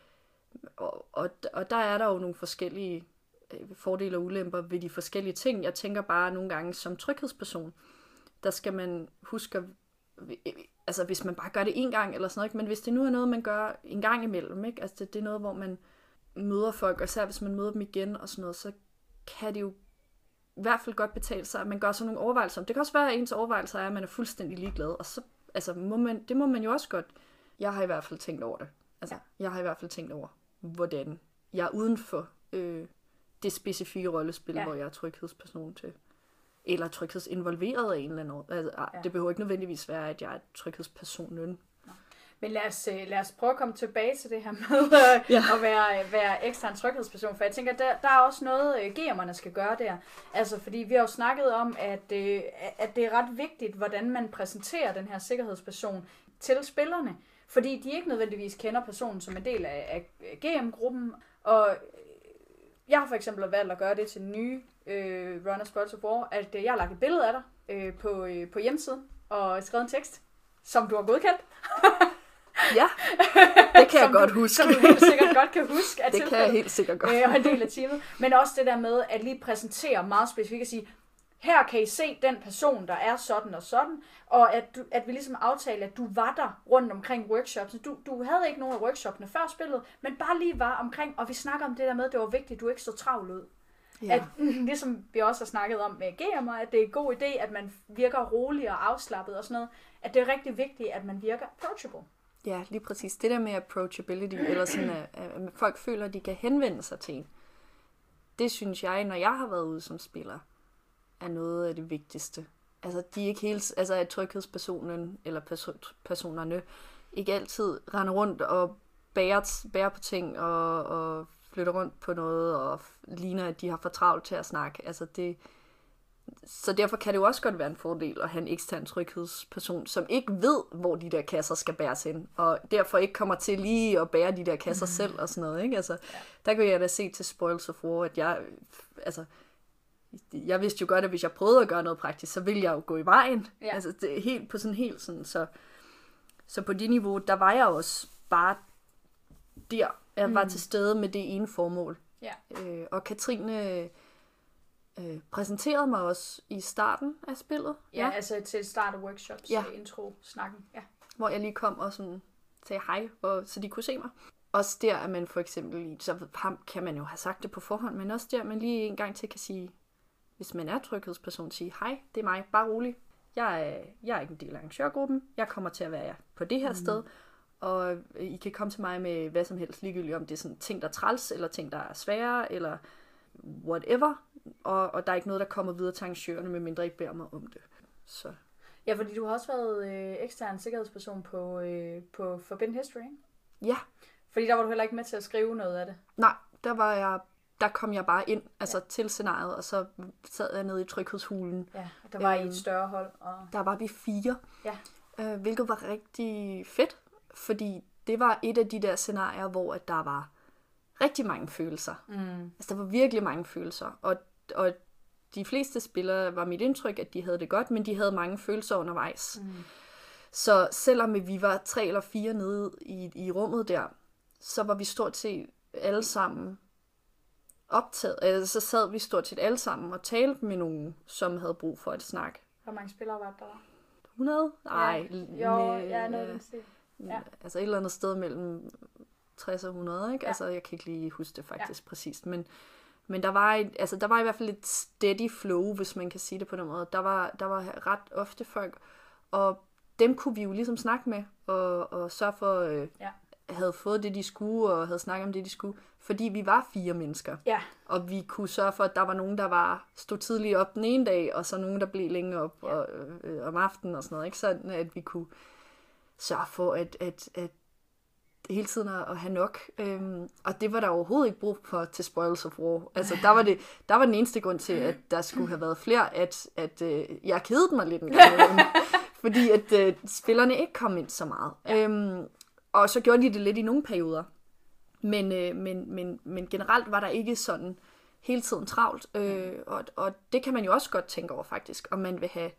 og, og, og der er der jo nogle forskellige øh, fordele og ulemper ved de forskellige ting. Jeg tænker bare nogle gange som tryghedsperson, der skal man huske at altså hvis man bare gør det en gang eller sådan noget, ikke? Men hvis det nu er noget, man gør en gang imellem, ikke? Altså det, det er noget, hvor man møder folk, og især hvis man møder dem igen og sådan noget, så kan det jo i hvert fald godt betale sig, at man gør sådan nogle overvejelser. Det kan også være, at ens overvejelser er, at man er fuldstændig ligeglad, og så, altså, må man, det må man jo også godt. Jeg har i hvert fald tænkt over det. Altså, ja. Jeg har i hvert fald tænkt over, hvordan jeg er uden for øh, det specifikke rollespil, ja. Hvor jeg er tryghedsperson til. Eller tryghedsinvolveret af en eller anden. Altså, ja. Det behøver ikke nødvendigvis være, at jeg er tryghedspersonen. Men lad os, lad os prøve at komme tilbage til det her med ja. At være, være ekstern tryghedsperson. For jeg tænker, der, der er også noget, G M'erne skal gøre der. Altså, fordi vi har jo snakket om, at, at det er ret vigtigt, hvordan man præsenterer den her sikkerhedsperson til spillerne. Fordi de ikke nødvendigvis kender personen som en del af, af G M-gruppen. Og jeg har for eksempel valgt at gøre det til den nye øh, Runner Spoils of War, at øh, jeg har lagt et billede af dig øh, på, øh, på hjemmesiden og skrevet en tekst, som du har godkendt. Ja, det kan jeg godt du, huske. Som du helt sikkert godt kan huske. Det kan jeg helt sikkert godt. Øh, og en del af teamet. Men også det der med at lige præsentere meget specifikt og sige, her kan I se den person, der er sådan og sådan, og at, du, at vi ligesom aftalte, at du var der rundt omkring workshops. Du, du havde ikke nogen af workshopene før spillet, men bare lige var omkring, og vi snakker om det der med, at det var vigtigt, at du ikke så travlt ud. Ja. At, ligesom vi også har snakket om med G M'er, at det er en god idé, at man virker rolig og afslappet og sådan noget, at det er rigtig vigtigt, at man virker approachable. Ja, lige præcis. Det der med approachability, eller sådan, at, at folk føler, at de kan henvende sig til en, det synes jeg, når jeg har været ude som spiller, er noget af det vigtigste. Altså, de er ikke helt, altså at tryghedspersonen, eller perso- personerne, ikke altid render rundt og bærer, bærer på ting, og, og flytter rundt på noget, og ligner, at de har for travlt til at snakke. Altså, det... Så derfor kan det jo også godt være en fordel at have en ekstern tryghedsperson, som ikke ved, hvor de der kasser skal bæres hen, og derfor ikke kommer til lige at bære de der kasser mm. selv og sådan noget, ikke? Altså, ja. Der kan jeg da se til Spoils of War, at jeg, altså, jeg vidste jo godt, at hvis jeg prøvede at gøre noget praktisk, så ville jeg jo gå i vejen. Ja. Altså det er helt på sådan helt sådan, så, så på det niveau, der var jeg også bare der. Jeg mm. var til stede med det ene formål. Ja. Øh, og Katrine øh, præsenterede mig også i starten af spillet. Ja, ja. altså til start af workshops, ja. intro-snakken. Ja. Hvor jeg lige kom og sådan sagde hej, og, så de kunne se mig. Også der, at man for eksempel, så kan man jo have sagt det på forhånd, men også der, man lige en gang til kan sige, hvis man er tryghedsperson, sige, hej, det er mig, bare rolig. Jeg er, jeg er ikke en del af arrangørgruppen, jeg kommer til at være på det her mm. sted, og I kan komme til mig med hvad som helst, ligegyldigt om det er sådan ting, der er træls, eller ting, der er svære, eller whatever, og, og der er ikke noget, der kommer videre til arrangørerne, medmindre I beder mig om det. Så. Ja, fordi du har også været øh, ekstern sikkerhedsperson på, øh, på Forbidden History, ikke? Ja. Fordi der var du heller ikke med til at skrive noget af det. Nej, der var jeg, der kom jeg bare ind, altså ja. til scenariet, og så sad jeg nede i tryghedshulen. Ja, der var øhm, I et større hold. Og... Der var vi fire, ja. øh, hvilket var rigtig fedt, fordi det var et af de der scenarier, hvor at der var rigtig mange følelser. Mm. Altså der var virkelig mange følelser, og, og de fleste spillere var mit indtryk, at de havde det godt, men de havde mange følelser undervejs. Mm. Så selvom vi var tre eller fire nede i, i rummet der, så var vi stort set alle sammen optaget. Altså, så sad vi stort set alle sammen og talte med nogen, som havde brug for et snak. Hvor mange spillere var der? hundrede? Nej. Ja. Jo, ja, noget ja. Altså et eller andet sted mellem tres og hundrede, ikke? Ja. Altså, jeg kan ikke lige huske det faktisk ja. præcist, men, men der var, et, altså, der var i hvert fald et steady flow, hvis man kan sige det på den måde. Der var, der var ret ofte folk, og dem kunne vi jo ligesom snakke med, og, og sørge for, øh, ja. havde fået det, de skulle, og havde snakket om det, de skulle, fordi vi var fire mennesker. Ja. Og vi kunne sørge for, at der var nogen, der var stod tidligt op den ene dag, og så nogen, der blev længe op ja. og, øh, om aftenen og sådan noget. Ikke? Sådan, at vi kunne sørge for, at, at, at hele tiden at have nok. Øhm, og det var der overhovedet ikke brug for til Spoils of War. Altså, der var, det, der var den eneste grund til, at der skulle have været flere, at, at øh, jeg kedede mig lidt en gang. Fordi at øh, spillerne ikke kom ind så meget. Ja. Øhm, og så gjorde de det lidt i nogle perioder. Men, øh, men, men, men generelt var der ikke sådan hele tiden travlt. Øh, og, og det kan man jo også godt tænke over faktisk, om man vil have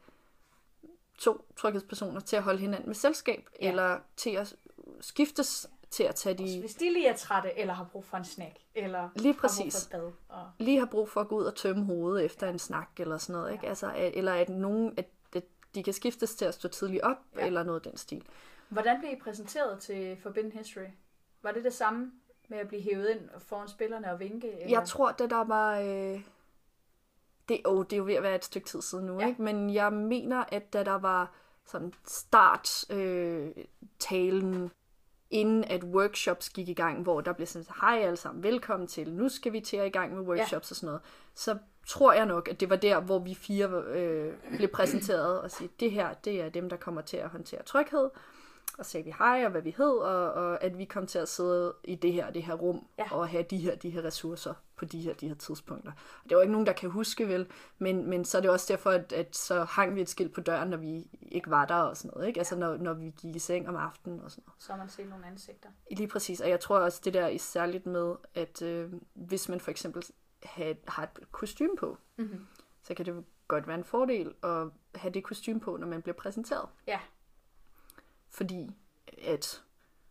to tryghedspersoner til at holde hinanden med selskab, ja. eller til at skiftes til at tage de... Hvis de lige er trætte, eller har brug for en snack, eller lige præcis. har brug for et bad. Og... Lige har brug for at gå ud og tømme hovedet efter en snak, eller sådan noget. Ikke? Ja. Altså, eller at nogen... At de kan skiftes til at stå tidligt op, ja. eller noget af den stil. Hvordan blev I præsenteret til Forbidden History? Var det det samme med at blive hævet ind foran spillerne og vinke? Eller? Jeg tror, det der var... Øh... Det, oh, det er jo ved at være et stykke tid siden nu, ja. ikke? Men jeg mener, at da der var sådan start-talen, øh, talen, inden at workshops gik i gang, hvor der blev sådan, hej alle sammen, velkommen til, nu skal vi til at i gang med workshops ja. og sådan noget, så tror jeg nok, at det var der, hvor vi fire øh, blev præsenteret og sige, det her, det er dem, der kommer til at håndtere tryghed. Og sagde vi hej, og hvad vi hed, og, og at vi kom til at sidde i det her, det her rum, ja. og have de her, de her ressourcer på de her, de her tidspunkter. Og det var ikke nogen, der kan huske, vel, men, men så er det også derfor, at, at så hang vi et skilt på døren, når vi ikke var der og sådan noget, ikke? Altså når, når vi gik i seng om aftenen og sådan noget. Så man ser nogle ansigter. Lige præcis, og jeg tror også det der er særligt med, at øh, hvis man for eksempel have, har et kostume på, mm-hmm. så kan det godt være en fordel at have det kostume på, når man bliver præsenteret. Ja. Fordi at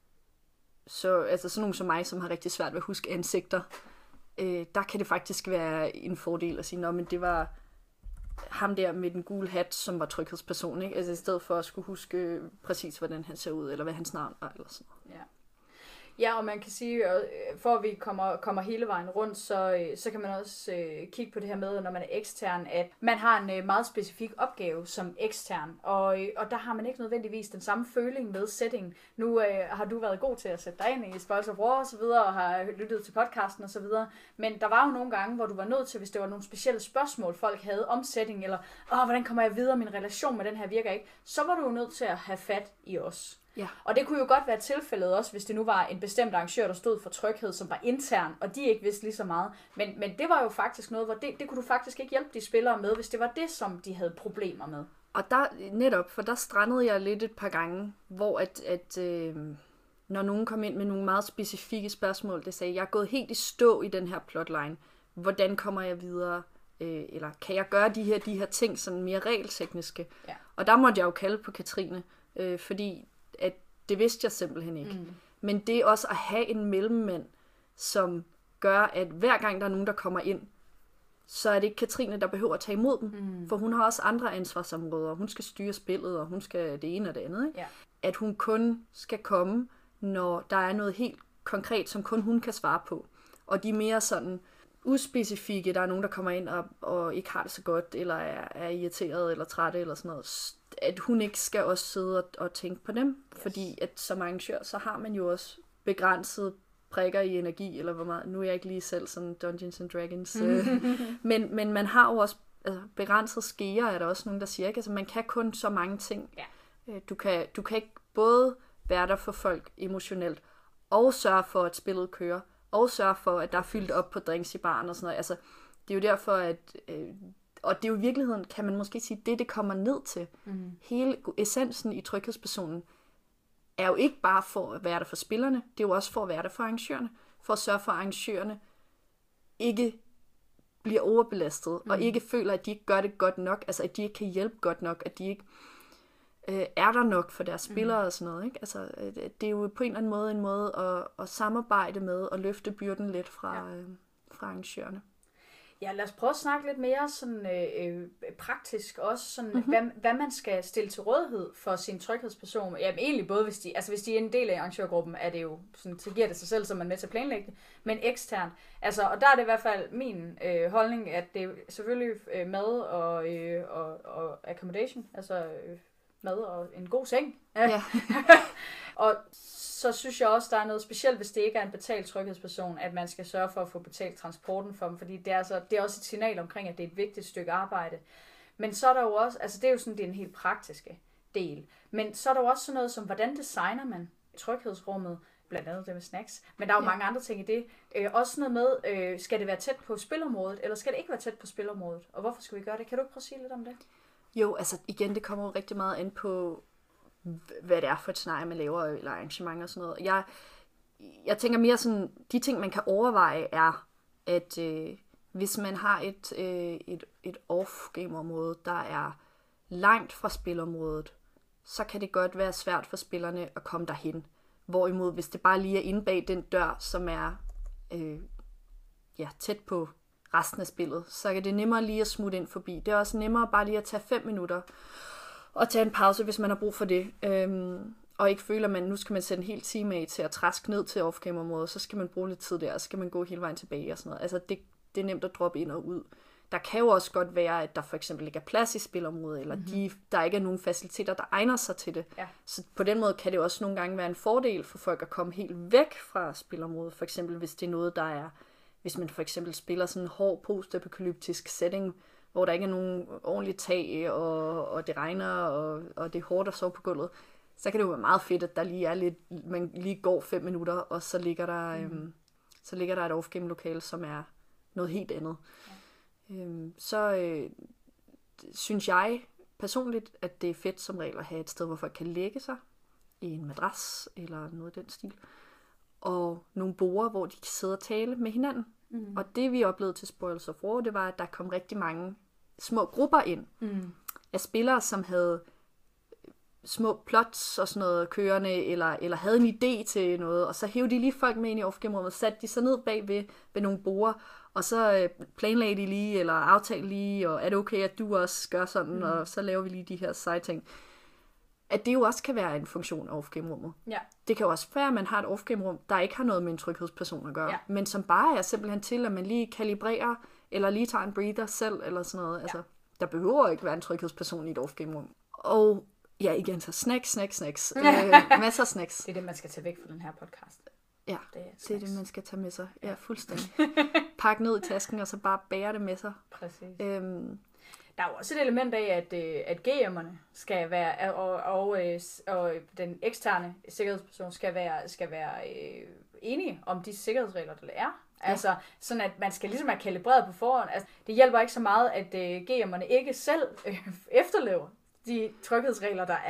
så, altså sådan nogen som mig, som har rigtig svært ved at huske ansigter, øh, der kan det faktisk være en fordel at sige, nå, men det var ham der med den gule hat, som var tryghedsperson, ikke? Altså i stedet for at skulle huske præcis, hvordan han ser ud, eller hvad hans navn var, eller sådan noget. Ja. Ja, og man kan sige, for at vi kommer, kommer hele vejen rundt, så, så kan man også øh, kigge på det her med, når man er ekstern, at man har en øh, meget specifik opgave som ekstern, og, og der har man ikke nødvendigvis den samme føling med setting. Nu øh, har du været god til at sætte dig ind i Spoils of War og så videre, og har lyttet til podcasten og så videre, men der var jo nogle gange, hvor du var nødt til, hvis det var nogle specielle spørgsmål, folk havde om setting, eller åh, hvordan kommer jeg videre, min relation med den her virker ikke, så var du jo nødt til at have fat i os. Ja. Og det kunne jo godt være tilfældet også, hvis det nu var en bestemt arrangør, der stod for tryghed, som var intern, og de ikke vidste lige så meget. Men, men det var jo faktisk noget, hvor det, det kunne du faktisk ikke hjælpe de spillere med, hvis det var det, som de havde problemer med. Og der netop, for der strandede jeg lidt et par gange, hvor at, at øh, når nogen kom ind med nogle meget specifikke spørgsmål, det sagde, jeg er gået helt i stå i den her plotline. Hvordan kommer jeg videre? øh, eller kan jeg gøre de her, de her ting sådan mere regeltekniske? Ja. Og der måtte jeg jo kalde på Katrine, øh, fordi at det vidste jeg simpelthen ikke. Mm. Men det er også at have en mellemmand, som gør, at hver gang der er nogen, der kommer ind, så er det ikke Katrine, der behøver at tage imod dem. Mm. For hun har også andre ansvarsområder. Hun skal styre spillet, og hun skal det ene og det andet. Ikke? Ja. At hun kun skal komme, når der er noget helt konkret, som kun hun kan svare på. Og de er mere sådan uspecifikke. Der er nogen, der kommer ind og, og ikke har det så godt, eller er, er irriteret, eller trætte, eller sådan noget. At hun ikke skal også sidde og, og tænke på dem. Yes. Fordi at som arrangør, så har man jo også begrænset prikker i energi, eller hvor meget. Nu er jeg ikke lige selv sådan Dungeons and Dragons. øh, men, men man har jo også altså, begrænset skeer, er der også nogen, der siger. Ikke? Altså, man kan kun så mange ting. Ja. Du kan, du kan ikke både være der for folk emotionelt, og sørge for, at spillet kører, og sørge for, at der er fyldt op på drinks i baren og sådan noget. Altså, det er jo derfor, at... Øh, og det er jo i virkeligheden, kan man måske sige, det det kommer ned til. Mm. Hele essensen i tryghedspersonen er jo ikke bare for at være der for spillerne, det er jo også for at være der for arrangørerne. For at sørge for, at arrangørerne ikke bliver overbelastet, mm. og ikke føler, at de ikke gør det godt nok, altså at de ikke kan hjælpe godt nok, at de ikke øh, er der nok for deres spillere mm. og sådan noget. Ikke? Altså, det er jo på en eller anden måde en måde at, at samarbejde med og løfte byrden lidt fra, ja. øh, fra arrangørerne. Ja, lad os prøve at snakke lidt mere sådan, øh, praktisk også, sådan, mm-hmm. hvad, hvad man skal stille til rådighed for sin tryghedsperson. Jamen egentlig både, hvis de, altså, hvis de er en del af arrangørgruppen, er det jo, sådan, så giver det sig selv, så man er med til at planlægge det, men ekstern. Altså, og der er det i hvert fald min øh, holdning, at det er selvfølgelig øh, mad og, øh, og, og accommodation, altså øh, mad og en god seng. Ja. Og så synes jeg også, der er noget specielt, hvis det ikke er en betalt tryghedsperson, at man skal sørge for at få betalt transporten for dem, fordi det er, så, det er også et signal omkring, at det er et vigtigt stykke arbejde. Men så er der jo også, altså det er jo sådan, det er en helt praktiske del, men så er der jo også sådan noget som, hvordan designer man tryghedsrummet, blandt andet det med snacks, men der er jo ja. mange andre ting i det. Øh, også noget med, øh, skal det være tæt på spilområdet, eller skal det ikke være tæt på spilområdet, og hvorfor skal vi gøre det? Kan du ikke prøve at sige lidt om det? Jo, altså igen, det kommer jo rigtig meget an på, hvad det er for et scenarie, man laver, eller arrangement og sådan noget. Jeg, jeg tænker mere sådan, de ting, man kan overveje, er, at øh, hvis man har et, øh, et, et off-game-område, der er langt fra spilområdet, så kan det godt være svært for spillerne at komme derhen. Hvorimod, hvis det bare lige er inde bag den dør, som er øh, ja, tæt på resten af spillet, så er det nemmere lige at smutte ind forbi. Det er også nemmere bare lige at tage fem minutter og tage en pause, hvis man har brug for det. Øhm, og ikke føler, at man, nu skal man sætte en hel time af til at træske ned til off-game-området, så skal man bruge lidt tid der, og så skal man gå hele vejen tilbage og sådan noget. Altså, det, det er nemt at droppe ind og ud. Der kan jo også godt være, at der for eksempel ikke er plads i spilområdet, eller mm-hmm. de, der ikke er nogen faciliteter, der egner sig til det. Ja. Så på den måde kan det også nogle gange være en fordel for folk at komme helt væk fra spilområdet. For eksempel, hvis det er noget, der er, hvis man for eksempel spiller sådan en hård post-apokalyptisk setting, hvor der ikke er nogen ordentligt tag, og, og det regner, og, og det er hårdt at sove på gulvet, så kan det jo være meget fedt, at der lige er lidt, man lige går fem minutter, og så ligger der, mm. øhm, så ligger der et off-game-lokale, som er noget helt andet. Ja. Øhm, så øh, synes jeg personligt, at det er fedt som regel at have et sted, hvor folk kan lægge sig, i en madras, eller noget af den stil, og nogle borde, hvor de kan sidde og tale med hinanden. Mm. Og det vi oplevede til Spoils of War, det var, at der kom rigtig mange små grupper ind mm. af spillere, som havde små plots og sådan noget kørende, eller, eller havde en idé til noget, og så hævde de lige folk med ind i off-game-rummet, satte de sig ned bag ved, ved nogle borde, og så øh, planlagde de lige, eller aftalte lige, og er det okay, at du også gør sådan, mm. og så laver vi lige de her side ting. At det jo også kan være en funktion af off-game-rummet. Ja. Det kan jo også være, at man har et off-game-rum, der ikke har noget med en tryghedsperson at gøre, ja. men som bare er simpelthen til, at man lige kalibrerer, eller lige tager en breather selv, eller sådan noget. Ja. Altså, der behøver ikke være en tryghedsperson i et off-game-rum. Og ja, igen, så snacks, snacks, snacks. øh, masser af snacks. Det er det, man skal tage væk fra den her podcast. Ja, det er, det, er det, man skal tage med sig. Ja, fuldstændig. Pakke ned i tasken, og så bare bære det med sig. Præcis. Øhm, Der er jo også et element af, at, at G M'erne skal være, og, og, og den eksterne sikkerhedsperson skal være, skal være øh, enige om de sikkerhedsregler, der er. Ja. Altså, sådan at man skal ligesom have kalibreret på forhånd. Altså, det hjælper ikke så meget, at øh, G M'erne ikke selv øh, efterlever de tryghedsregler, der er.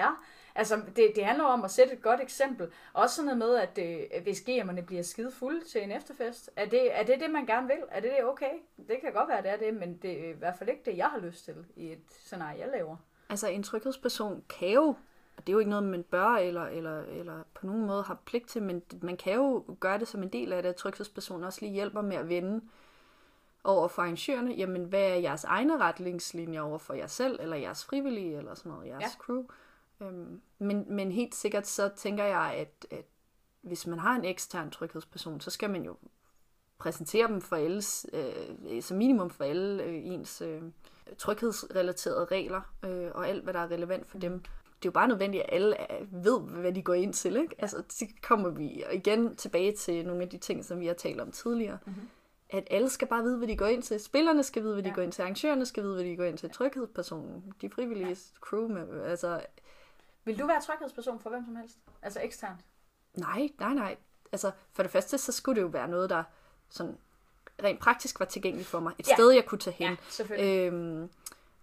Altså, det, det handler om at sætte et godt eksempel. Også sådan noget med, at øh, hvis G'erne bliver skide fulde til en efterfest, er det, er det det, man gerne vil? Er det det okay? Det kan godt være, det er det, men det er i hvert fald ikke det, jeg har lyst til i et scenarie, jeg laver. Altså, en tryghedsperson kan jo, og det er jo ikke noget, man bør eller, eller, eller på nogen måde har pligt til, men man kan jo gøre det som en del af det, at tryghedspersonen også lige hjælper med at vende over for arrangørerne, jamen hvad er jeres egne retningslinjer over for jer selv, eller jeres frivillige, eller sådan noget, jeres ja. crew. Øhm, men, men helt sikkert så tænker jeg, at, at hvis man har en ekstern tryghedsperson, så skal man jo præsentere dem for alles, øh, som minimum for alle øh, ens øh, tryghedsrelaterede regler, øh, og alt hvad der er relevant for dem. Det er jo bare nødvendigt, at alle ved, hvad de går ind til, ikke? Ja. Altså, så kommer vi igen tilbage til nogle af de ting, som vi har talt om tidligere. Mm-hmm. At alle skal bare vide, hvad de går ind til. Spillerne skal vide, hvad de ja. går ind til. Arrangørerne skal vide, hvad de går ind til. Tryghedspersonen, de frivillige ja. crew med, altså... Vil du være tryghedsperson for hvem som helst? Altså eksternt? Nej, nej, nej. Altså, for det første, så skulle det jo være noget, der sådan rent praktisk var tilgængeligt for mig. Et ja. sted, jeg kunne tage hen. Ja, selvfølgelig. Øhm,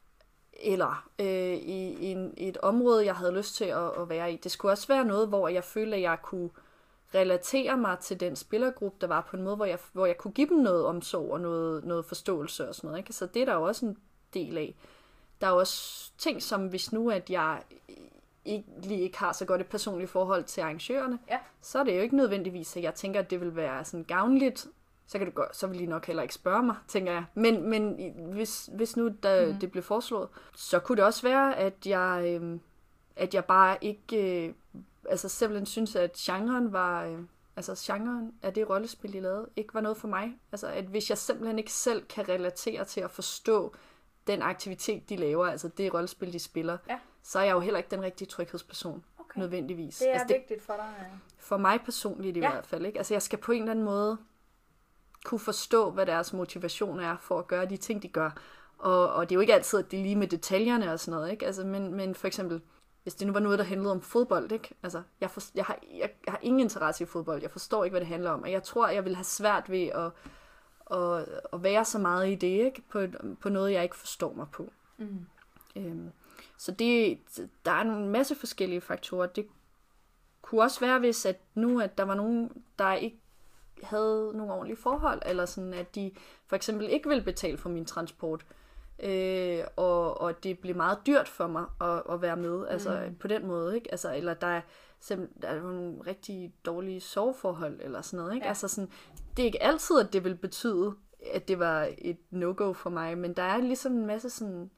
eller øh, i, i, en, i et område, jeg havde lyst til at, at være i. Det skulle også være noget, hvor jeg følte, at jeg kunne relatere mig til den spillergruppe, der var på en måde, hvor jeg, hvor jeg kunne give dem noget omsorg og noget, noget forståelse og sådan noget. Ikke? Så det er der jo også en del af. Der er også ting, som hvis nu, at jeg ikke, lige ikke har så godt et personligt forhold til arrangørerne, ja. så er det jo ikke nødvendigvis, at jeg tænker, at det vil være sådan gavnligt. Så, kan du godt, så vil de nok heller ikke spørge mig, tænker jeg. Men, men hvis, hvis nu der, mm. det blev foreslået, så kunne det også være, at jeg, øh, at jeg bare ikke... Øh, altså simpelthen synes, at genren var, øh, altså genren af det rollespil, de lavede, ikke var noget for mig. Altså at hvis jeg simpelthen ikke selv kan relatere til at forstå den aktivitet, de laver, altså det rollespil, de spiller, ja. så er jeg jo heller ikke den rigtige tryghedsperson, okay. nødvendigvis. Det er altså, vigtigt for dig. Ja. For mig personligt i ja. hvert fald, ikke? Altså jeg skal på en eller anden måde kunne forstå, hvad deres motivation er for at gøre de ting, de gør. Og, og det er jo ikke altid, at det er lige med detaljerne og sådan noget, ikke? Altså, men, men for eksempel... Hvis det nu var noget, der handlede om fodbold, ikke? Altså, jeg, for, jeg, har, jeg, jeg har ingen interesse i fodbold. Jeg forstår ikke, hvad det handler om. Og jeg tror, jeg vil have svært ved at, at, at være så meget i det, ikke? På, på noget, jeg ikke forstår mig på. Mm. Øhm, så det, der er en masse forskellige faktorer. Det kunne også være, hvis at nu, at der var nogen, der ikke havde nogle ordentlige forhold, eller sådan, at de for eksempel ikke ville betale for min transport. Øh, og, og det blev meget dyrt for mig at, at være med, altså mm. på den måde, ikke? Altså, eller der er, der er nogle rigtig dårlige soveforhold, eller sådan noget, ikke? Ja. Altså sådan, det er ikke altid, at det vil betyde, at det var et no-go for mig, men der er ligesom en masse sådan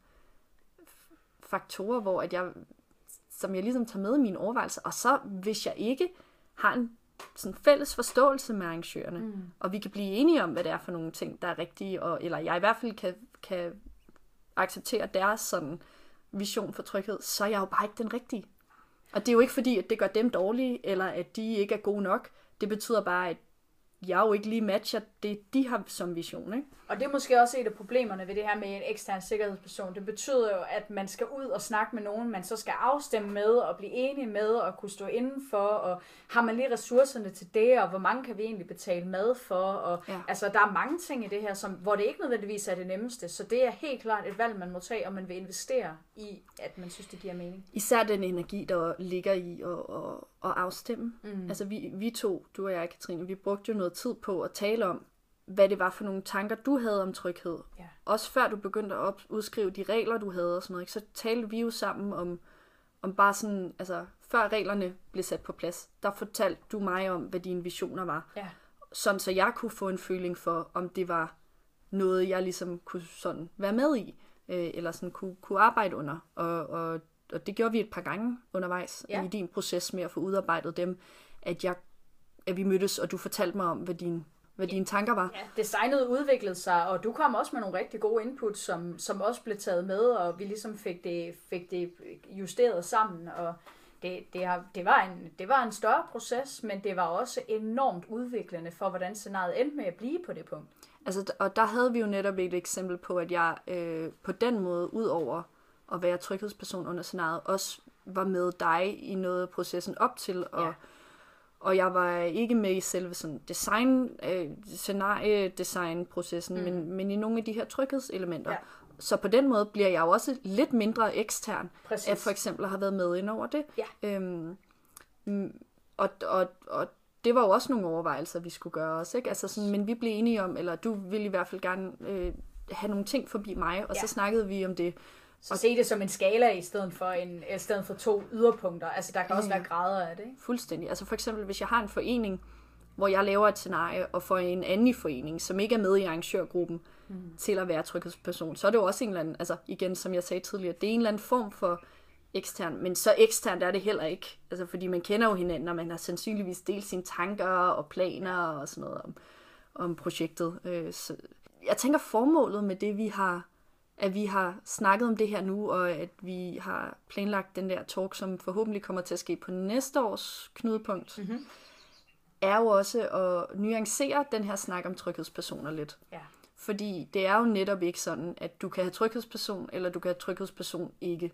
faktorer, hvor at jeg, som jeg ligesom tager med i mine overvejelser, og så hvis jeg ikke har en sådan fælles forståelse med arrangørerne, mm. og vi kan blive enige om, hvad det er for nogle ting, der er rigtige, og, eller jeg i hvert fald kan, kan acceptere deres sådan vision for tryghed, så er jeg jo bare ikke den rigtige. Og det er jo ikke fordi, at det gør dem dårlige, eller at de ikke er gode nok. Det betyder bare, at jeg jo ikke lige matcher det, de har som vision, ikke? Og det er måske også et af problemerne ved det her med en ekstern sikkerhedsperson. Det betyder jo, at man skal ud og snakke med nogen, man så skal afstemme med og blive enige med og kunne stå indenfor. Og har man lige ressourcerne til det, og hvor mange kan vi egentlig betale mad for? Og, ja. Altså, der er mange ting i det her, som, hvor det ikke nødvendigvis er det nemmeste. Så det er helt klart et valg, man må tage, og man vil investere i, at man synes, det giver mening. Især den energi, der ligger i at, at, at afstemme. Mm. Altså, vi, vi to, du og jeg, Katrine, vi brugte jo noget tid på at tale om, hvad det var for nogle tanker, du havde om tryghed. Ja. Også før du begyndte at op- udskrive de regler, du havde og sådan noget, ikke? Så talte vi jo sammen om, om bare sådan, altså før reglerne blev sat på plads, der fortalte du mig om, hvad dine visioner var. Ja. Sådan så jeg kunne få en føling for, om det var noget, jeg ligesom kunne sådan være med i, øh, eller sådan kunne, kunne arbejde under. Og, og, og det gjorde vi et par gange undervejs ja. i din proces med at få udarbejdet dem, at, jeg, at vi mødtes, og du fortalte mig om, hvad din hvad dine tanker var. Ja, designet udviklede sig, og du kom også med nogle rigtig gode input, som, som også blev taget med, og vi ligesom fik det, fik det justeret sammen, og det, det, har, det, var en, det var en større proces, men det var også enormt udviklende for, hvordan scenariet endte med at blive på det punkt. Altså, og der havde vi jo netop et eksempel på, at jeg øh, på den måde, ud over at være tryghedsperson under scenariet, også var med dig i noget af processen op til, og ja. Og jeg var ikke med i selve sådan design, øh, scenarie-design-processen, mm. men, men i nogle af de her tryghedselementer. Ja. Så på den måde bliver jeg jo også lidt mindre ekstern, Præcis. at for eksempel har været med ind over det. Ja. Øhm, og, og, og det var jo også nogle overvejelser, vi skulle gøre også, ikke? Altså sådan, men vi blev enige om, eller du ville i hvert fald gerne øh, have nogle ting forbi mig, og ja. så snakkede vi om det. Så se det som en skala i stedet for, en, i stedet for to yderpunkter. Altså der kan også være grader af det, ikke? Fuldstændig. Altså for eksempel, hvis jeg har en forening, hvor jeg laver et scenarie, og får en anden forening, som ikke er med i arrangørgruppen, mm. til at være tryghedsperson, så er det jo også en eller anden, altså igen, som jeg sagde tidligere, det er en eller anden form for ekstern, men så eksternt er det heller ikke. Altså fordi man kender jo hinanden, og man har sandsynligvis delt sine tanker og planer og sådan noget om, om projektet. Så jeg tænker formålet med det, vi har, at vi har snakket om det her nu, og at vi har planlagt den der talk, som forhåbentlig kommer til at ske på næste års knudepunkt, mm-hmm. er jo også at nuancere den her snak om tryghedspersoner lidt. Ja. Fordi det er jo netop ikke sådan, at du kan have tryghedsperson, eller du kan have tryghedsperson ikke.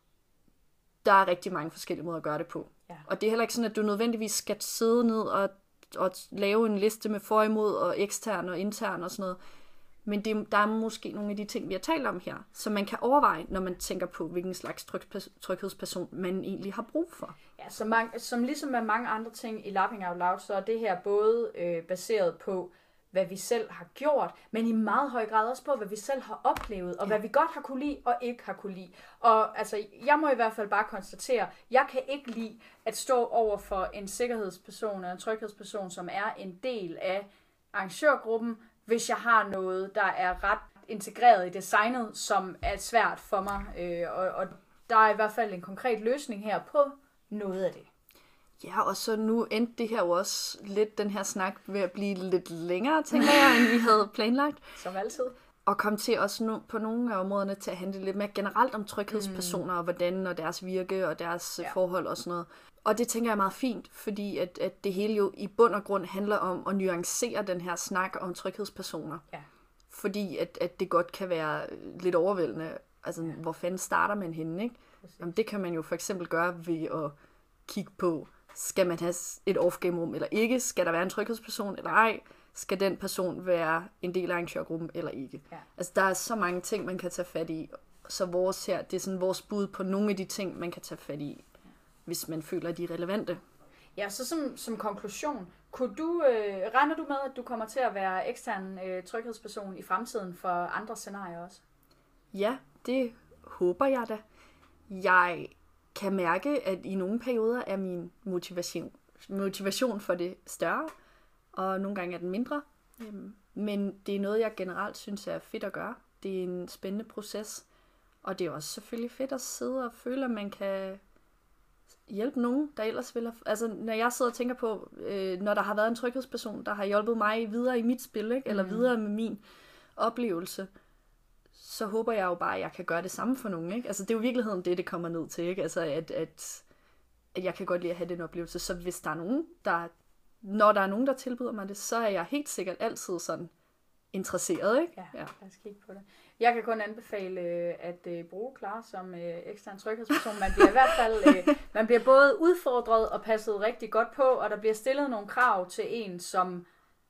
Der er rigtig mange forskellige måder at gøre det på. Ja. Og det er heller ikke sådan, at du nødvendigvis skal sidde ned og, og lave en liste med for imod, og ekstern og intern og sådan noget. Men det, der er måske nogle af de ting, vi har talt om her, som man kan overveje, når man tænker på, hvilken slags tryg, tryghedsperson man egentlig har brug for. Ja, som, mange, som ligesom med mange andre ting i Lapping Out Loud, så er det her både øh, baseret på, hvad vi selv har gjort, men i meget høj grad også på, hvad vi selv har oplevet, og ja. hvad vi godt har kunne lide og ikke har kunne lide. Og altså, jeg må i hvert fald bare konstatere, jeg kan ikke lide at stå over for en sikkerhedsperson eller en tryghedsperson, som er en del af arrangørgruppen, hvis jeg har noget, der er ret integreret i designet, som er svært for mig. Øh, og, og der er i hvert fald en konkret løsning her på noget af det. Ja, og så nu endte det her jo også lidt, den her snak, ved at blive lidt længere, tænker jeg, end vi havde planlagt. Som altid. Og kom til også nu, på nogle af områderne til at handle lidt mere generelt om tryghedspersoner, mm. og hvordan, og deres virke, og deres ja. forhold og sådan noget. Og det tænker jeg er meget fint, fordi at, at det hele jo i bund og grund handler om at nuancere den her snak om tryghedspersoner. Ja. Fordi at, at det godt kan være lidt overvældende. Altså, ja. hvor fanden starter man henne, ikke? Jamen, det kan man jo for eksempel gøre ved at kigge på, skal man have et off-game-rum eller ikke? Skal der være en tryghedsperson eller ej? Skal den person være en del af arrangørgruppen eller ikke? Ja. Altså, der er så mange ting, man kan tage fat i. Så vores her, det er sådan vores bud på nogle af de ting, man kan tage fat i, ja. hvis man føler, de er relevante. Ja, så som, som konklusion, kunne du, øh, regner du med, at du kommer til at være ekstern øh, tryghedsperson i fremtiden for andre scenarier også? Ja, det håber jeg da. Jeg kan mærke, at i nogle perioder er min motivation, motivation for det større, og nogle gange er den mindre. Mm. Men det er noget, jeg generelt synes er fedt at gøre. Det er en spændende proces, og det er også selvfølgelig fedt at sidde og føle, at man kan hjælpe nogen, der ellers vil have... Altså, når jeg sidder og tænker på, øh, når der har været en tryghedsperson, der har hjulpet mig videre i mit spil, ikke? Eller mm. videre med min oplevelse, så håber jeg jo bare, at jeg kan gøre det samme for nogen, ikke? Altså, det er jo i virkeligheden det, det kommer ned til, ikke? Altså, at, at, at jeg kan godt lide at have den oplevelse. Så hvis der er nogen, der... Når der er nogen, der tilbyder mig det, så er jeg helt sikkert altid sådan interesseret, ikke? Ja, ja. Lad os kigge på det. Jeg kan kun anbefale at uh, bruge Clara som uh, ekstern tryghedsperson. Man bliver i hvert fald uh, man bliver både udfordret og passet rigtig godt på, og der bliver stillet nogle krav til en, som,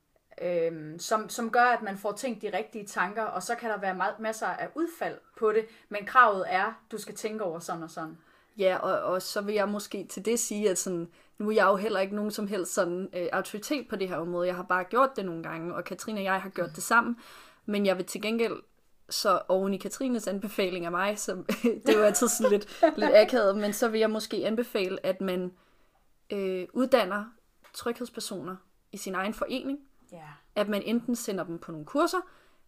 uh, som, som gør, at man får tænkt de rigtige tanker, og så kan der være meget, masser af udfald på det, men kravet er, du skal tænke over sådan og sådan. Ja, og, og så vil jeg måske til det sige, at sådan, nu er jeg jo heller ikke nogen som helst sådan, øh, autoritet på det her område. Jeg har bare gjort det nogle gange, og Katrine og jeg har gjort mm. det sammen. Men jeg vil til gengæld, så oven i Katrines anbefaling af mig, så det er jo altid sådan lidt, lidt akavet, men så vil jeg måske anbefale, at man øh, uddanner tryghedspersoner i sin egen forening. Yeah. At man enten sender dem på nogle kurser,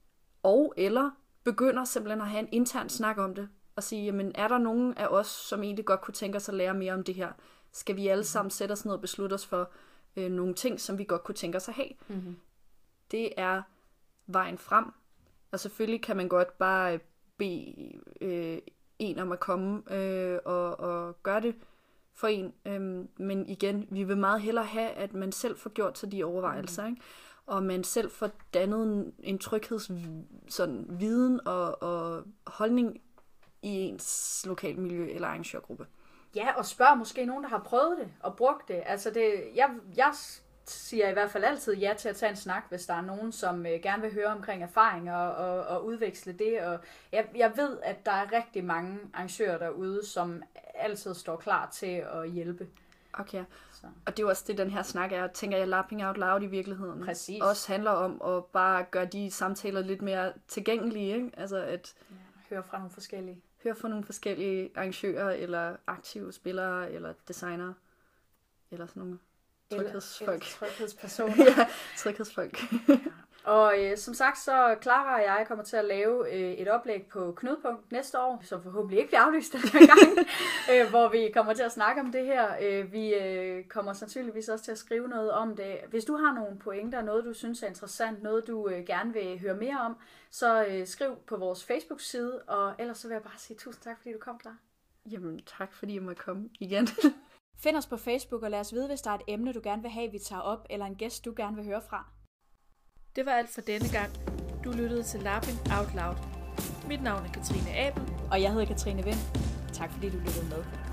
og eller begynder simpelthen at have en intern snak om det. Og sige, jamen er der nogen af os, som egentlig godt kunne tænke os at lære mere om det her? Skal vi alle sammen sætte os ned og beslutte os for øh, nogle ting, som vi godt kunne tænke os at have? Mm-hmm. Det er vejen frem. Og selvfølgelig kan man godt bare bede øh, en om at komme øh, og, og gøre det for en. Øhm, men igen, vi vil meget hellere have, at man selv får gjort sig de overvejelser, mm-hmm. ikke? Og man selv får dannet en tryghedsviden og, og holdning i ens lokalmiljø eller arrangørgruppe. Ja, og spørg måske nogen, der har prøvet det og brugt det. Altså det, jeg, jeg siger i hvert fald altid ja til at tage en snak, hvis der er nogen, som øh, gerne vil høre omkring erfaringer og, og, og udveksle det. Og jeg, jeg ved, at der er rigtig mange arrangører derude, som altid står klar til at hjælpe. Okay, så. Og det er jo også det, den her snak er, tænker jeg, Lapping Out Loud i virkeligheden. Præcis. Også handler om at bare gøre de samtaler lidt mere tilgængelige, ikke? Altså at ja, høre fra nogle forskellige. Høre fra nogle forskellige arrangører, eller aktive spillere, eller designere, eller sådan nogle tryghedsfolk. Eller, eller tryghedspersoner. ja, tryghedsfolk. ja. Og øh, som sagt, så Clara og jeg kommer til at lave øh, et oplæg på Knudepunkt næste år, som forhåbentlig ikke bliver aflyst den her gang, øh, hvor vi kommer til at snakke om det her. Øh, vi øh, kommer sandsynligvis også til at skrive noget om det. Hvis du har nogle pointer, noget du synes er interessant, noget du øh, gerne vil høre mere om, så øh, skriv på vores Facebook-side, og ellers så vil jeg bare sige tusind tak, fordi du kom, Clara. Jamen tak, fordi jeg måtte komme igen. Find os på Facebook, og lad os vide, hvis der er et emne, du gerne vil have, vi tager op, eller en gæst, du gerne vil høre fra. Det var alt for denne gang. Du lyttede til Lapping Out Loud. Mit navn er Katrine Abel. Og jeg hedder Katrine Vind. Tak fordi du lyttede med.